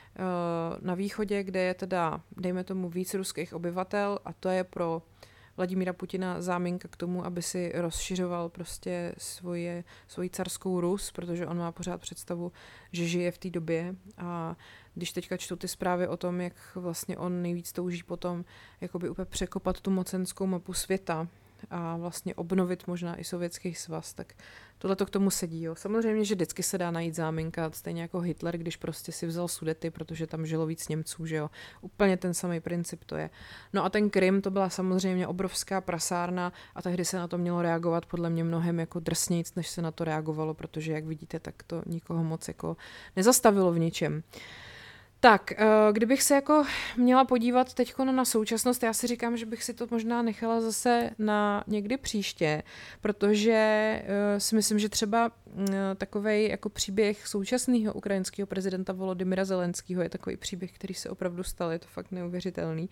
na východě, kde je teda, dejme tomu, víc ruských obyvatel a to je pro Vladimíra Putina záminka k tomu, aby si rozšiřoval prostě svoje, svoji carskou Rus, protože on má pořád představu, že žije v té době a když teďka čtu ty zprávy o tom, jak vlastně on nejvíc touží potom jakoby úplně překopat tu mocenskou mapu světa a vlastně obnovit možná i Sovětský svaz, tak tohle to k tomu sedí. Jo. Samozřejmě, že vždycky se dá najít záminka, stejně jako Hitler, když prostě si vzal Sudety, protože tam žilo víc Němců, že jo. Úplně ten samý princip to je. No a ten Krym, to byla samozřejmě obrovská prasárna a tehdy se na to mělo reagovat podle mě mnohem jako drsnějc, než se na to reagovalo, protože jak vidíte, tak to nikoho moc jako nezastavilo v ničem. Tak, kdybych se jako měla podívat teď na současnost, já si říkám, že bych si to možná nechala zase na někdy příště, protože si myslím, že třeba takovej jako příběh současného ukrajinského prezidenta Volodymyra Zelenského je takový příběh, který se opravdu stal, je to fakt neuvěřitelný.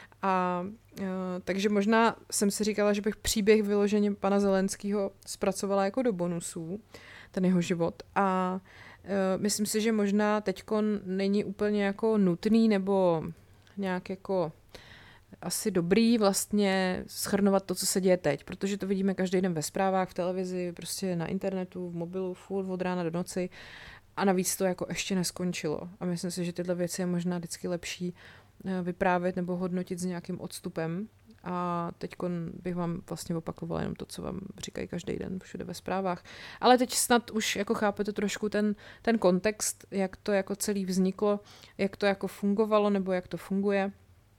A takže možná jsem si říkala, že bych příběh vyloženě pana Zelenského zpracovala jako do bonusů, ten jeho život a myslím si, že možná teďko není úplně jako nutný nebo nějak jako asi dobrý vlastně shrnovat to, co se děje teď, protože to vidíme každý den ve zprávách, v televizi, prostě na internetu, v mobilu, furt od rána do noci a navíc to jako ještě neskončilo. A myslím si, že tyhle věci je možná vždycky lepší vyprávět nebo hodnotit s nějakým odstupem. A teď bych vám vlastně opakovala jenom to, co vám říkají každý den všude ve zprávách. Ale teď snad už jako chápete trošku ten, ten kontext, jak to jako celý vzniklo, jak to jako fungovalo nebo jak to funguje.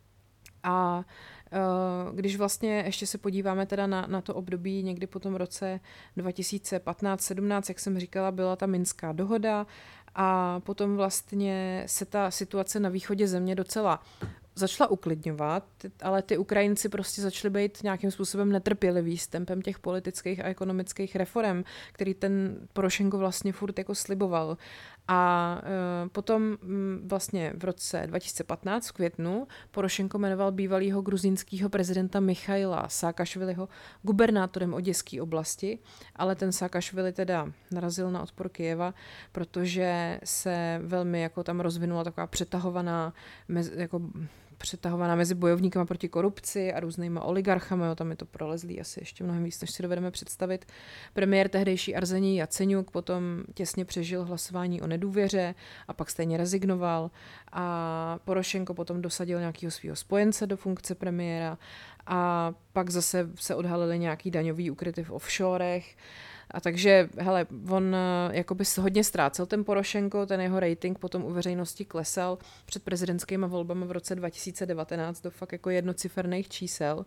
A uh, když vlastně ještě se podíváme teda na, na to období někdy po tom roce dva tisíce patnáct sedmnáct, jak jsem říkala, byla ta Minská dohoda a potom vlastně se ta situace na východě země docela začala uklidňovat, ale ty Ukrajinci prostě začali být nějakým způsobem netrpěliví s tempem těch politických a ekonomických reform, který ten Porošenko vlastně furt jako sliboval. A e, potom m, vlastně v roce dva tisíce patnáct v květnu Porošenko jmenoval bývalýho gruzínského prezidenta Michaila Saakašviliho gubernátorem Oděské oblasti, ale ten Saakašvili teda narazil na odpor Kyjeva, protože se velmi jako tam rozvinula taková přetahovaná mezi, jako přetahovaná mezi bojovníkama proti korupci a různýma oligarchami, jo, tam je to prolezlý asi ještě mnohem víc, než si dovedeme představit. Premiér tehdejší Arzenij Jaceňuk potom těsně přežil hlasování o nedůvěře a pak stejně rezignoval a Porošenko potom dosadil nějakého svého spojence do funkce premiéra a pak zase se odhalily nějaký daňový ukryty v offshorech. A takže, hele, on jakoby hodně ztrácel ten Porošenko, ten jeho rating potom u veřejnosti klesal před prezidentskými volbami v roce dva tisíce devatenáct do fakt jako jednociferných čísel.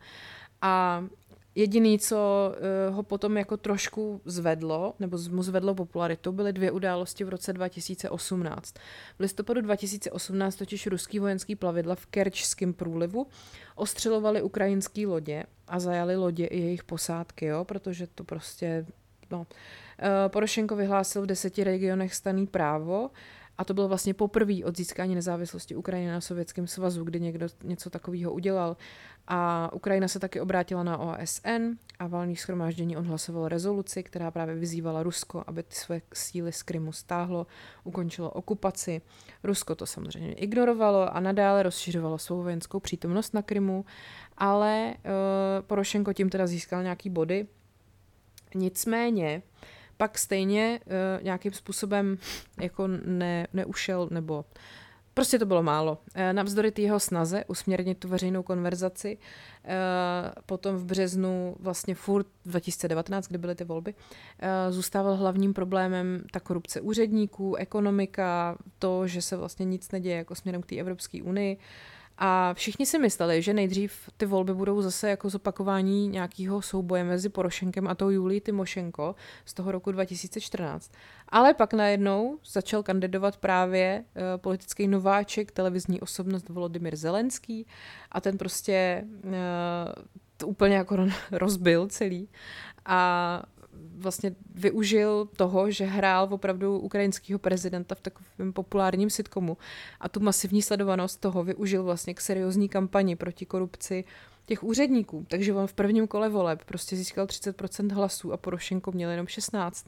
A jediný, co ho potom jako trošku zvedlo, nebo mu zvedlo popularitu, byly dvě události v roce dva tisíce osmnáct. V listopadu dva tisíce osmnáct totiž ruský vojenský plavidla v Kerčském průlivu ostřelovali ukrajinské lodě a zajali lodě i jejich posádky, jo, protože to prostě... No. Porošenko vyhlásil v deseti regionech stanný právo a to bylo vlastně poprvé od získání nezávislosti Ukrajiny na Sovětském svazu, kdy někdo něco takového udělal. A Ukrajina se taky obrátila na O S N a valný shromáždění odhlasovalo rezoluci, která právě vyzývala Rusko, aby ty své síly z Krymu stáhlo, ukončilo okupaci. Rusko to samozřejmě ignorovalo a nadále rozšiřovalo svou vojenskou přítomnost na Krymu, ale uh, Porošenko tím teda získal nějaký body. Nicméně pak stejně uh, nějakým způsobem jako ne, neušel, nebo prostě to bylo málo. Uh, navzdory té jeho snaze usměrnit tu veřejnou konverzaci, uh, potom v březnu vlastně furt dva tisíce devatenáct, kdy byly ty volby, uh, zůstával hlavním problémem ta korupce úředníků, ekonomika, to, že se vlastně nic neděje jako směrem k té Evropské unii. A všichni si mysleli, že nejdřív ty volby budou zase jako zopakování nějakého souboje mezi Porošenkem a tou Julií Tymošenko z toho roku dva tisíce čtrnáct. Ale pak najednou začal kandidovat právě uh, politický nováček, televizní osobnost Volodymyr Zelenský a ten prostě uh, to úplně jako rozbil celý. A vlastně využil toho, že hrál opravdu ukrajinského prezidenta v takovém populárním sitcomu a tu masivní sledovanost toho využil vlastně k seriózní kampani proti korupci těch úředníků. Takže on v prvním kole voleb prostě získal třicet procent hlasů a Porošenko měl jenom šestnáct.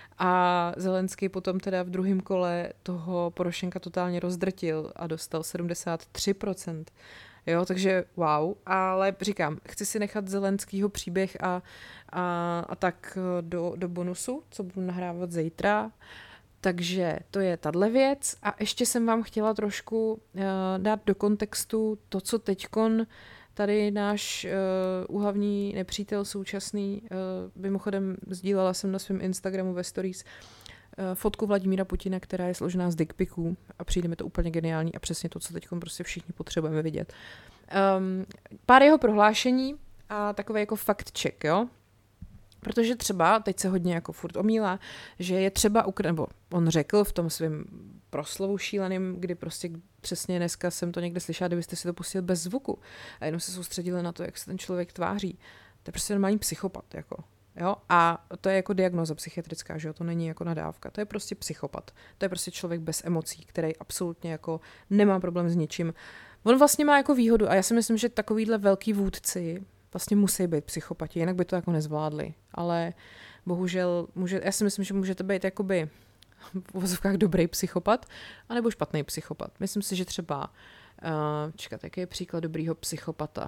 A Zelenský potom teda v druhém kole toho Porošenka totálně rozdrtil a dostal sedmdesát tři procent. Jo, takže wow, ale říkám, chci si nechat Zelenskýho příběh a, a, a tak do, do bonusu, co budu nahrávat zítra. Takže to je tahle věc a ještě jsem vám chtěla trošku uh, dát do kontextu to, co teďkon tady náš uh, úhlavní nepřítel současný, uh, mimochodem sdílela jsem na svém Instagramu ve stories uh, fotku Vladimíra Putina, která je složená z dickpiků a přijde mi to úplně geniální a přesně to, co teď prostě všichni potřebujeme vidět. Um, pár jeho prohlášení a takový jako fact check, jo? Protože třeba, teď se hodně jako furt omílá, že je třeba, Ukra- nebo on řekl v tom svém proslovu šíleným, kdy prostě přesně dneska jsem to někde slyšela, kdybyste si to pustili bez zvuku a jenom se soustředili na to, jak se ten člověk tváří. To je prostě normální psychopat, jako. Jo? A to je jako diagnóza psychiatrická, že jo? To není jako nadávka. To je prostě psychopat. To je prostě člověk bez emocí, který absolutně jako nemá problém s ničím. On vlastně má jako výhodu a já si myslím, že takovýhle velký vůdci vlastně musí být psychopati, jinak by to jako nezvládli. Ale bohužel, může, já si myslím, že můžete být jakoby v uvozovkách dobrý psychopat, anebo špatný psychopat. Myslím si, že třeba, uh, čekat, jaký je příklad dobrýho psychopata?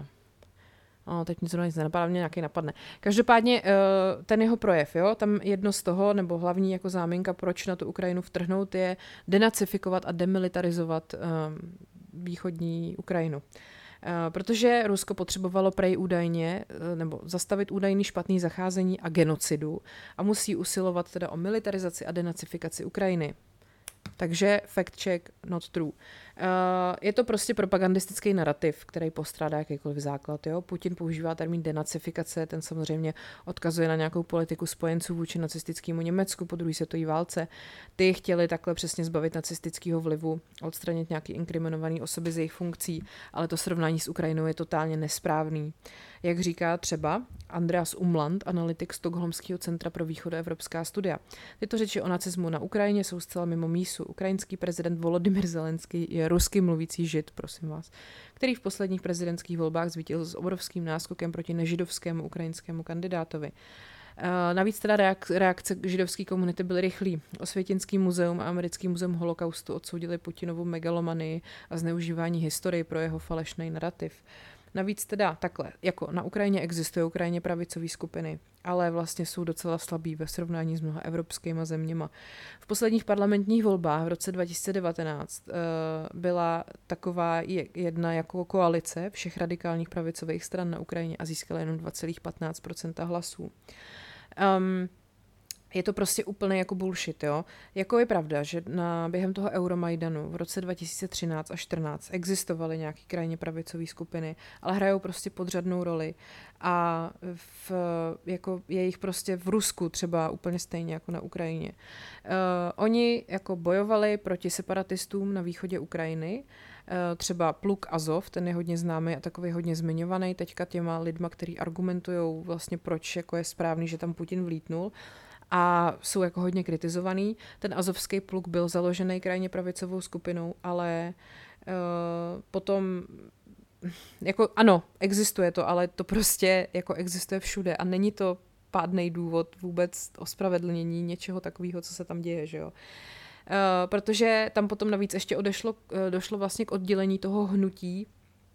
O, teď mi zrovna nic nenapadá, mě nějaký napadne. Každopádně uh, ten jeho projev, jo, tam jedno z toho, nebo hlavní jako záminka, proč na tu Ukrajinu vtrhnout, je denacifikovat a demilitarizovat um, východní Ukrajinu. Protože Rusko potřebovalo prej údajně, nebo zastavit údajný špatný zacházení a genocidu a musí usilovat teda o militarizaci a denacifikaci Ukrajiny. Takže fact check, not true. Uh, je to prostě propagandistický narrativ, který postrádá jakýkoliv základ. Jo? Putin používá termín denacifikace, ten samozřejmě odkazuje na nějakou politiku spojenců vůči nacistickému Německu po druhé světové válce. Ty chtěli takhle přesně zbavit nacistického vlivu, odstranit nějaký inkriminovaný osoby z jejich funkcí, ale to srovnání s Ukrajinou je totálně nesprávný. Jak říká třeba Andreas Umland, analytik Stockholmského centra pro východoevropská studia. Tyto řeči o nacismu na Ukrajině jsou zcela mimo mísu. Ukrajinský prezident Volodymyr Zelenský je rusky mluvící žid, prosím vás, který v posledních prezidentských volbách zvítězil s obrovským náskokem proti nežidovskému ukrajinskému kandidátovi. Navíc teda reakce židovské komunity byly rychlý. Osvětinský muzeum a americký muzeum holokaustu odsoudili Putinovu megalomanii a zneužívání historie pro jeho falešný narrativ. Navíc teda takhle, jako na Ukrajině existují Ukrajině pravicové skupiny, ale vlastně jsou docela slabý ve srovnání s mnoha evropskýma zeměma. V posledních parlamentních volbách v roce dva tisíce devatenáct uh, byla taková jedna jako koalice všech radikálních pravicových stran na Ukrajině a získala jenom dva celá patnáct procenta hlasů. Um, Je to prostě úplně jako bullshit, jo. Jako je pravda, že na, během toho Euromajdanu v roce dva tisíce třináct a čtrnáct existovaly nějaké krajně pravicové skupiny, ale hrajou prostě podřadnou roli a v, jako je jich prostě v Rusku třeba úplně stejně jako na Ukrajině. Uh, oni jako bojovali proti separatistům na východě Ukrajiny, uh, třeba Pluk Azov, ten je hodně známý a takový hodně zmiňovaný teďka těma lidma, kteří argumentují vlastně proč jako je správný, že tam Putin vlítnul. A jsou jako hodně kritizovaný. Ten azovský pluk byl založený krajně pravicovou skupinou, ale uh, potom, jako ano, existuje to, ale to prostě jako existuje všude a není to pádnej důvod vůbec ospravedlnění něčeho takového, co se tam děje, že jo. Uh, protože tam potom navíc ještě odešlo, uh, došlo vlastně k oddělení toho hnutí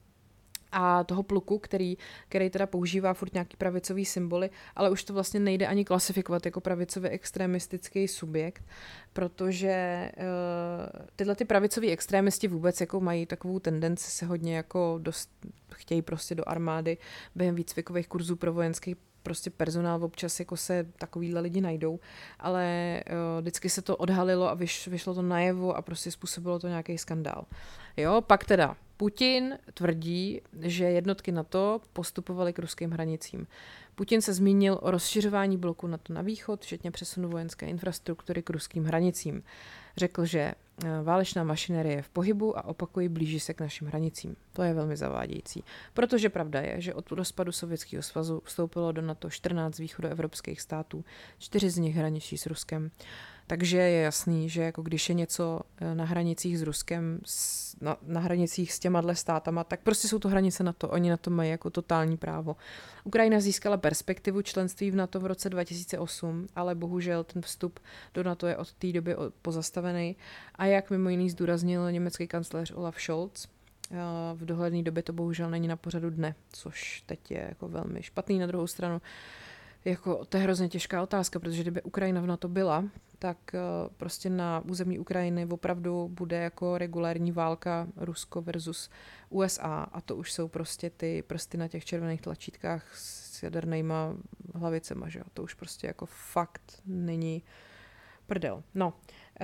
a toho pluku, který, který teda používá furt nějaký pravicový symboly, ale už to vlastně nejde ani klasifikovat jako pravicový extremistický subjekt, protože uh, tyhle ty pravicoví extrémisti vůbec jako mají takovou tendenci se hodně jako dost, chtějí prostě do armády během výcvikových kurzů pro vojenský prostě personál občas jako se takovýhle lidi najdou, ale uh, vždycky se to odhalilo a vyš, vyšlo to najevo a prostě způsobilo to nějaký skandál. Jo, pak teda Putin tvrdí, že jednotky NATO postupovaly k ruským hranicím. Putin se zmínil o rozšiřování bloku NATO na východ, včetně přesunu vojenské infrastruktury k ruským hranicím. Řekl, že válečná mašinerie je v pohybu a opakují, blíží se k našim hranicím. To je velmi zavádějící. Protože pravda je, že od rozpadu Sovětského svazu vstoupilo do NATO čtrnáct východoevropských států, čtyři z nich hraničí s Ruskem. Takže je jasný, že jako když je něco na hranicích s Ruskem, na, na hranicích s těma státama, tak prostě jsou to hranice NATO, oni na to mají jako totální právo. Ukrajina získala perspektivu členství v NATO v roce dva tisíce osm, ale bohužel ten vstup do NATO je od té doby pozastavený. A jak mimo jiný zdůraznil německý kancléř Olaf Scholz, v dohledné době to bohužel není na pořadu dne, což teď je jako velmi špatný. Na druhou stranu, jako, to je hrozně těžká otázka, protože kdyby Ukrajina v NATO byla, tak prostě na území Ukrajiny opravdu bude jako regulární válka Rusko versus U S A a to už jsou prostě ty prsty na těch červených tlačítkách s jadernýma hlavicema, že jo? To už prostě jako fakt není prdel. No,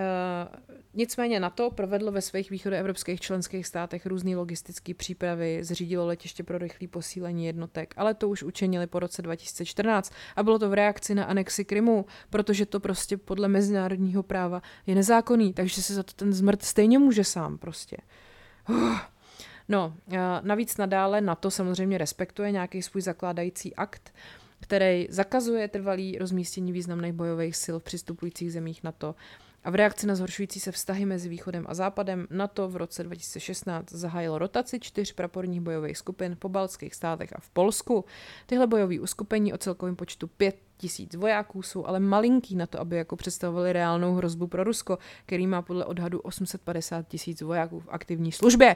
Uh, nicméně NATO provedlo ve svých východoevropských členských státech různé logistické přípravy, zřídilo letiště pro rychlé posílení jednotek, ale to už učinili po roce dva tisíce čtrnáct a bylo to v reakci na anexi Krymu, protože to prostě podle mezinárodního práva je nezákonný, takže se za to ten zmrt stejně může sám prostě. Uh. No, uh, navíc nadále NATO samozřejmě respektuje nějaký svůj zakládající akt, který zakazuje trvalý rozmístění významných bojových sil v přistupujících zemích NATO. A v reakci na zhoršující se vztahy mezi Východem a Západem NATO v roce dva tisíce šestnáct zahájilo rotaci čtyř praporních bojových skupin po baltských státech a v Polsku. Tyhle bojové uskupení o celkovém počtu pět tisíc vojáků jsou ale malinký na to, aby jako představovali reálnou hrozbu pro Rusko, který má podle odhadu osm set padesát tisíc vojáků v aktivní službě.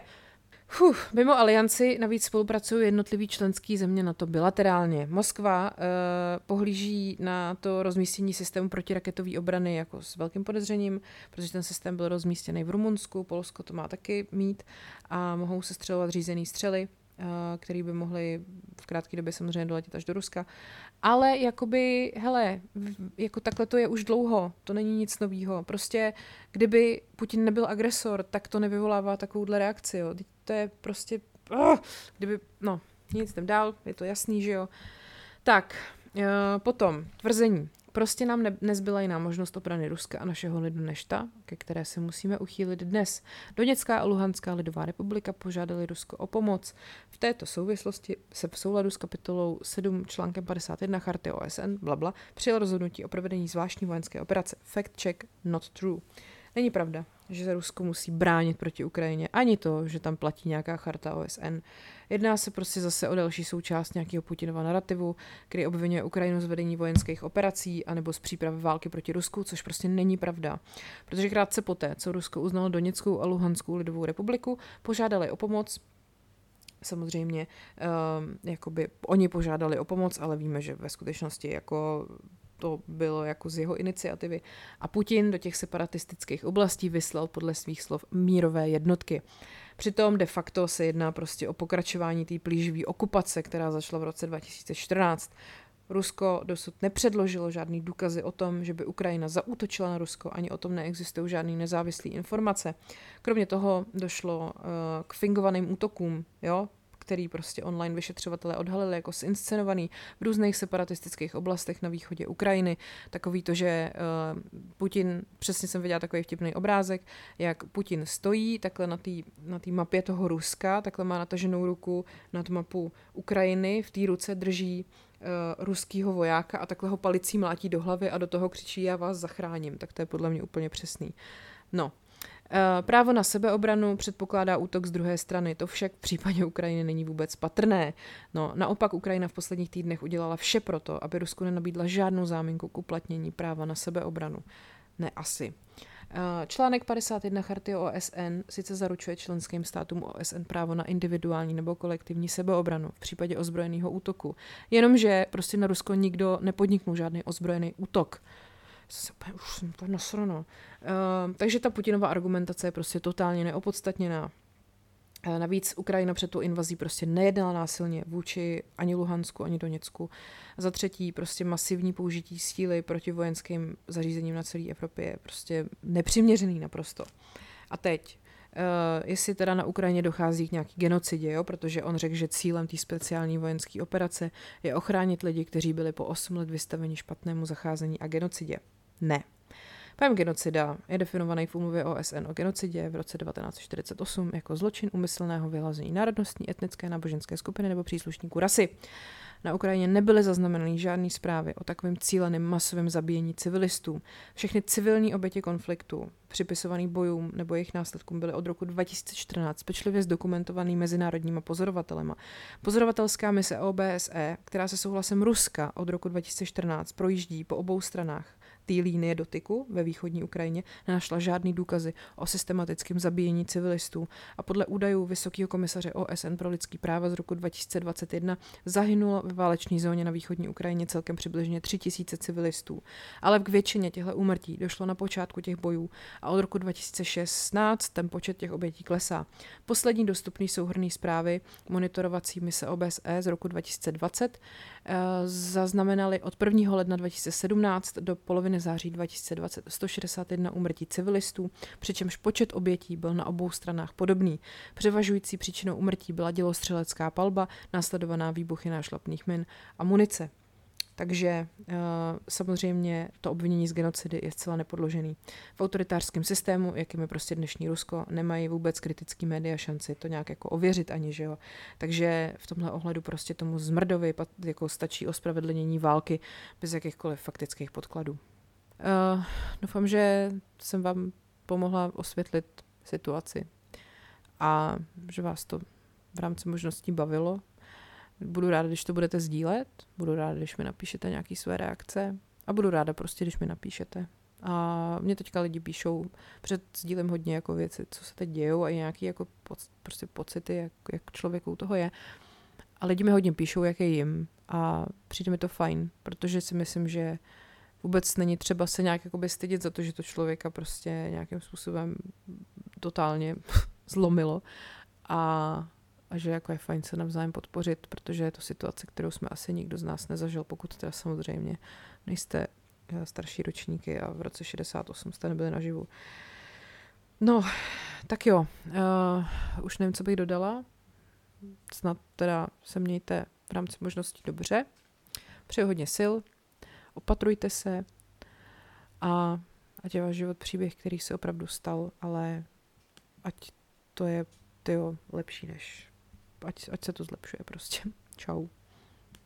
Fuh, mimo alianci navíc spolupracují jednotlivý členský země NATO bilaterálně. Moskva eh, pohlíží na to rozmístění systému protiraketové obrany jako s velkým podezřením, protože ten systém byl rozmístěný v Rumunsku, Polsko to má taky mít a mohou se střelovat řízený střely, eh, které by mohly v krátké době samozřejmě doletět až do Ruska. Ale jakoby, hele, jako takhle to je už dlouho, to není nic novýho. Prostě, kdyby Putin nebyl agresor, tak to nevyvolává takovouhle reakci, jo. To je prostě, oh, kdyby, no, nic, jdem dál, je to jasný, že jo. Tak, uh, potom, tvrzení. Prostě nám ne- nezbyla jiná možnost obrany Ruska a našeho lidu než ta, ke které se musíme uchýlit dnes. Doněcká a Luhanská lidová republika požádali Rusko o pomoc. V této souvislosti se v souladu s kapitolou sedm článkem padesát jedna Charty O S N blabla přijal rozhodnutí o provedení zvláštní vojenské operace. Fact check, not true. Není pravda, že se Rusko musí bránit proti Ukrajině, ani to, že tam platí nějaká charta O S N. Jedná se prostě zase o další součást nějakého Putinova narrativu, který obvinuje Ukrajinu z vedení vojenských operací anebo z přípravy války proti Rusku, což prostě není pravda. Protože krátce poté, co Rusko uznalo Doněckou a Luhanskou lidovou republiku, požádali o pomoc. Samozřejmě, um, jakoby oni požádali o pomoc, ale víme, že ve skutečnosti jako to bylo jako z jeho iniciativy. A Putin do těch separatistických oblastí vyslal podle svých slov mírové jednotky. Přitom de facto se jedná prostě o pokračování té plíživé okupace, která začala v roce dva tisíce čtrnáct. Rusko dosud nepředložilo žádný důkazy o tom, že by Ukrajina zaútočila na Rusko, ani o tom neexistují žádný nezávislý informace. Kromě toho došlo uh, k fingovaným útokům, jo, který prostě online vyšetřovatelé odhalili jako zinscenovaný v různých separatistických oblastech na východě Ukrajiny. Takový to, že uh, Putin, přesně jsem viděla takový vtipný obrázek, jak Putin stojí takhle na té na té mapě toho Ruska, takhle má nataženou ruku nad mapu Ukrajiny, v té ruce drží uh, ruskýho vojáka a takhle ho palicí mlátí do hlavy a do toho křičí já vás zachráním. Tak to je podle mě úplně přesný. No. Právo na sebeobranu předpokládá útok z druhé strany, to však v případě Ukrajiny není vůbec patrné. No, naopak Ukrajina v posledních týdnech udělala vše proto, aby Rusku nenabídla žádnou záminku k uplatnění práva na sebeobranu. Ne asi. Článek padesát jedna Charty O S N sice zaručuje členským státům O S N právo na individuální nebo kolektivní sebeobranu v případě ozbrojeného útoku, jenomže prostě na Rusko nikdo nepodniknul žádný ozbrojený útok. Už jsem to nasrano. Uh, takže ta Putinova argumentace je prostě totálně neopodstatněná. Uh, navíc Ukrajina před tou invazí prostě nejednala násilně vůči ani Luhansku, ani Doněcku. A za třetí prostě masivní použití síly proti vojenským zařízením na celé Evropě je prostě nepřiměřený naprosto. A teď, Uh, jestli teda na Ukrajině dochází k nějaký genocidě, jo? Protože on řekl, že cílem té speciální vojenské operace je ochránit lidi, kteří byli po osm let vystaveni špatnému zacházení a genocidě. Ne. Pojem genocida je definovaný v úmluvě O S N o genocidě v roce devatenáct set čtyřicet osm jako zločin úmyslného vyhlazení národnostní, etnické, náboženské skupiny nebo příslušníků rasy. Na Ukrajině nebyly zaznamenány žádné zprávy o takovém cíleném masovém zabíjení civilistů. Všechny civilní oběti konfliktu, připisovaný bojům nebo jejich následkům, byly od roku dva tisíce čtrnáct pečlivě zdokumentovaný mezinárodníma pozorovatelema. Pozorovatelská mise O B S E, která se souhlasem Ruska od roku dva tisíce čtrnáct projíždí po obou stranách té línie dotyku ve východní Ukrajině, nenašla žádný důkazy o systematickém zabíjení civilistů a podle údajů Vysokého komisaře O S N pro lidský práva z roku dva tisíce dvacet jedna zahynulo ve válečné zóně na východní Ukrajině celkem přibližně tři tisíce civilistů. Ale k většině těchto úmrtí došlo na počátku těch bojů a od roku dva tisíce šestnáct ten počet těch obětí klesá. Poslední dostupný souhrnný zprávy monitorovací mise O B S E z roku dva tisíce dvacet eh, zaznamenaly od prvního ledna dva tisíce sedmnáct do poloviny září dva tisíce dvacet sto šedesát jedna úmrtí civilistů, přičemž počet obětí byl na obou stranách podobný. Převažující příčinou úmrtí byla dělostřelecká palba, následovaná výbuchy nášlapných min a munice. Takže uh, samozřejmě to obvinění z genocidy je zcela nepodložený. V autoritářském systému, jakým je prostě dnešní Rusko, nemají vůbec kritický média šanci to nějak jako ověřit ani, že jo. Takže v tomhle ohledu prostě tomu zmrdovi jako stačí ospravedlnění války bez jakýchkoliv faktických podkladů. Uh, doufám, že jsem vám pomohla osvětlit situaci a že vás to v rámci možností bavilo. Budu ráda, když to budete sdílet, budu ráda, když mi napíšete nějaké své reakce a budu ráda prostě, když mi napíšete. A mě teďka lidi píšou, před sdílem hodně jako věci, co se teď dějou a nějaké jako poc, prostě pocity, jak, jak člověku u toho je. A lidi mi hodně píšou, jak je jim a přijde mi to fajn, protože si myslím, že vůbec není třeba se nějak jakoby stydět za to, že to člověka prostě nějakým způsobem totálně zlomilo a, a že jako je fajn se navzájem podpořit, protože je to situace, kterou jsme asi nikdo z nás nezažil, pokud teda samozřejmě nejste starší ročníky a v roce šedesát osm jste nebyli naživu. No, tak jo, uh, už nevím, co bych dodala. Snad teda se mějte v rámci možností dobře. Přeji hodně sil, opatrujte se a ať je váš život příběh, který se opravdu stal, ale ať to je tyjo, lepší než, ať, ať se to zlepšuje prostě. Čau.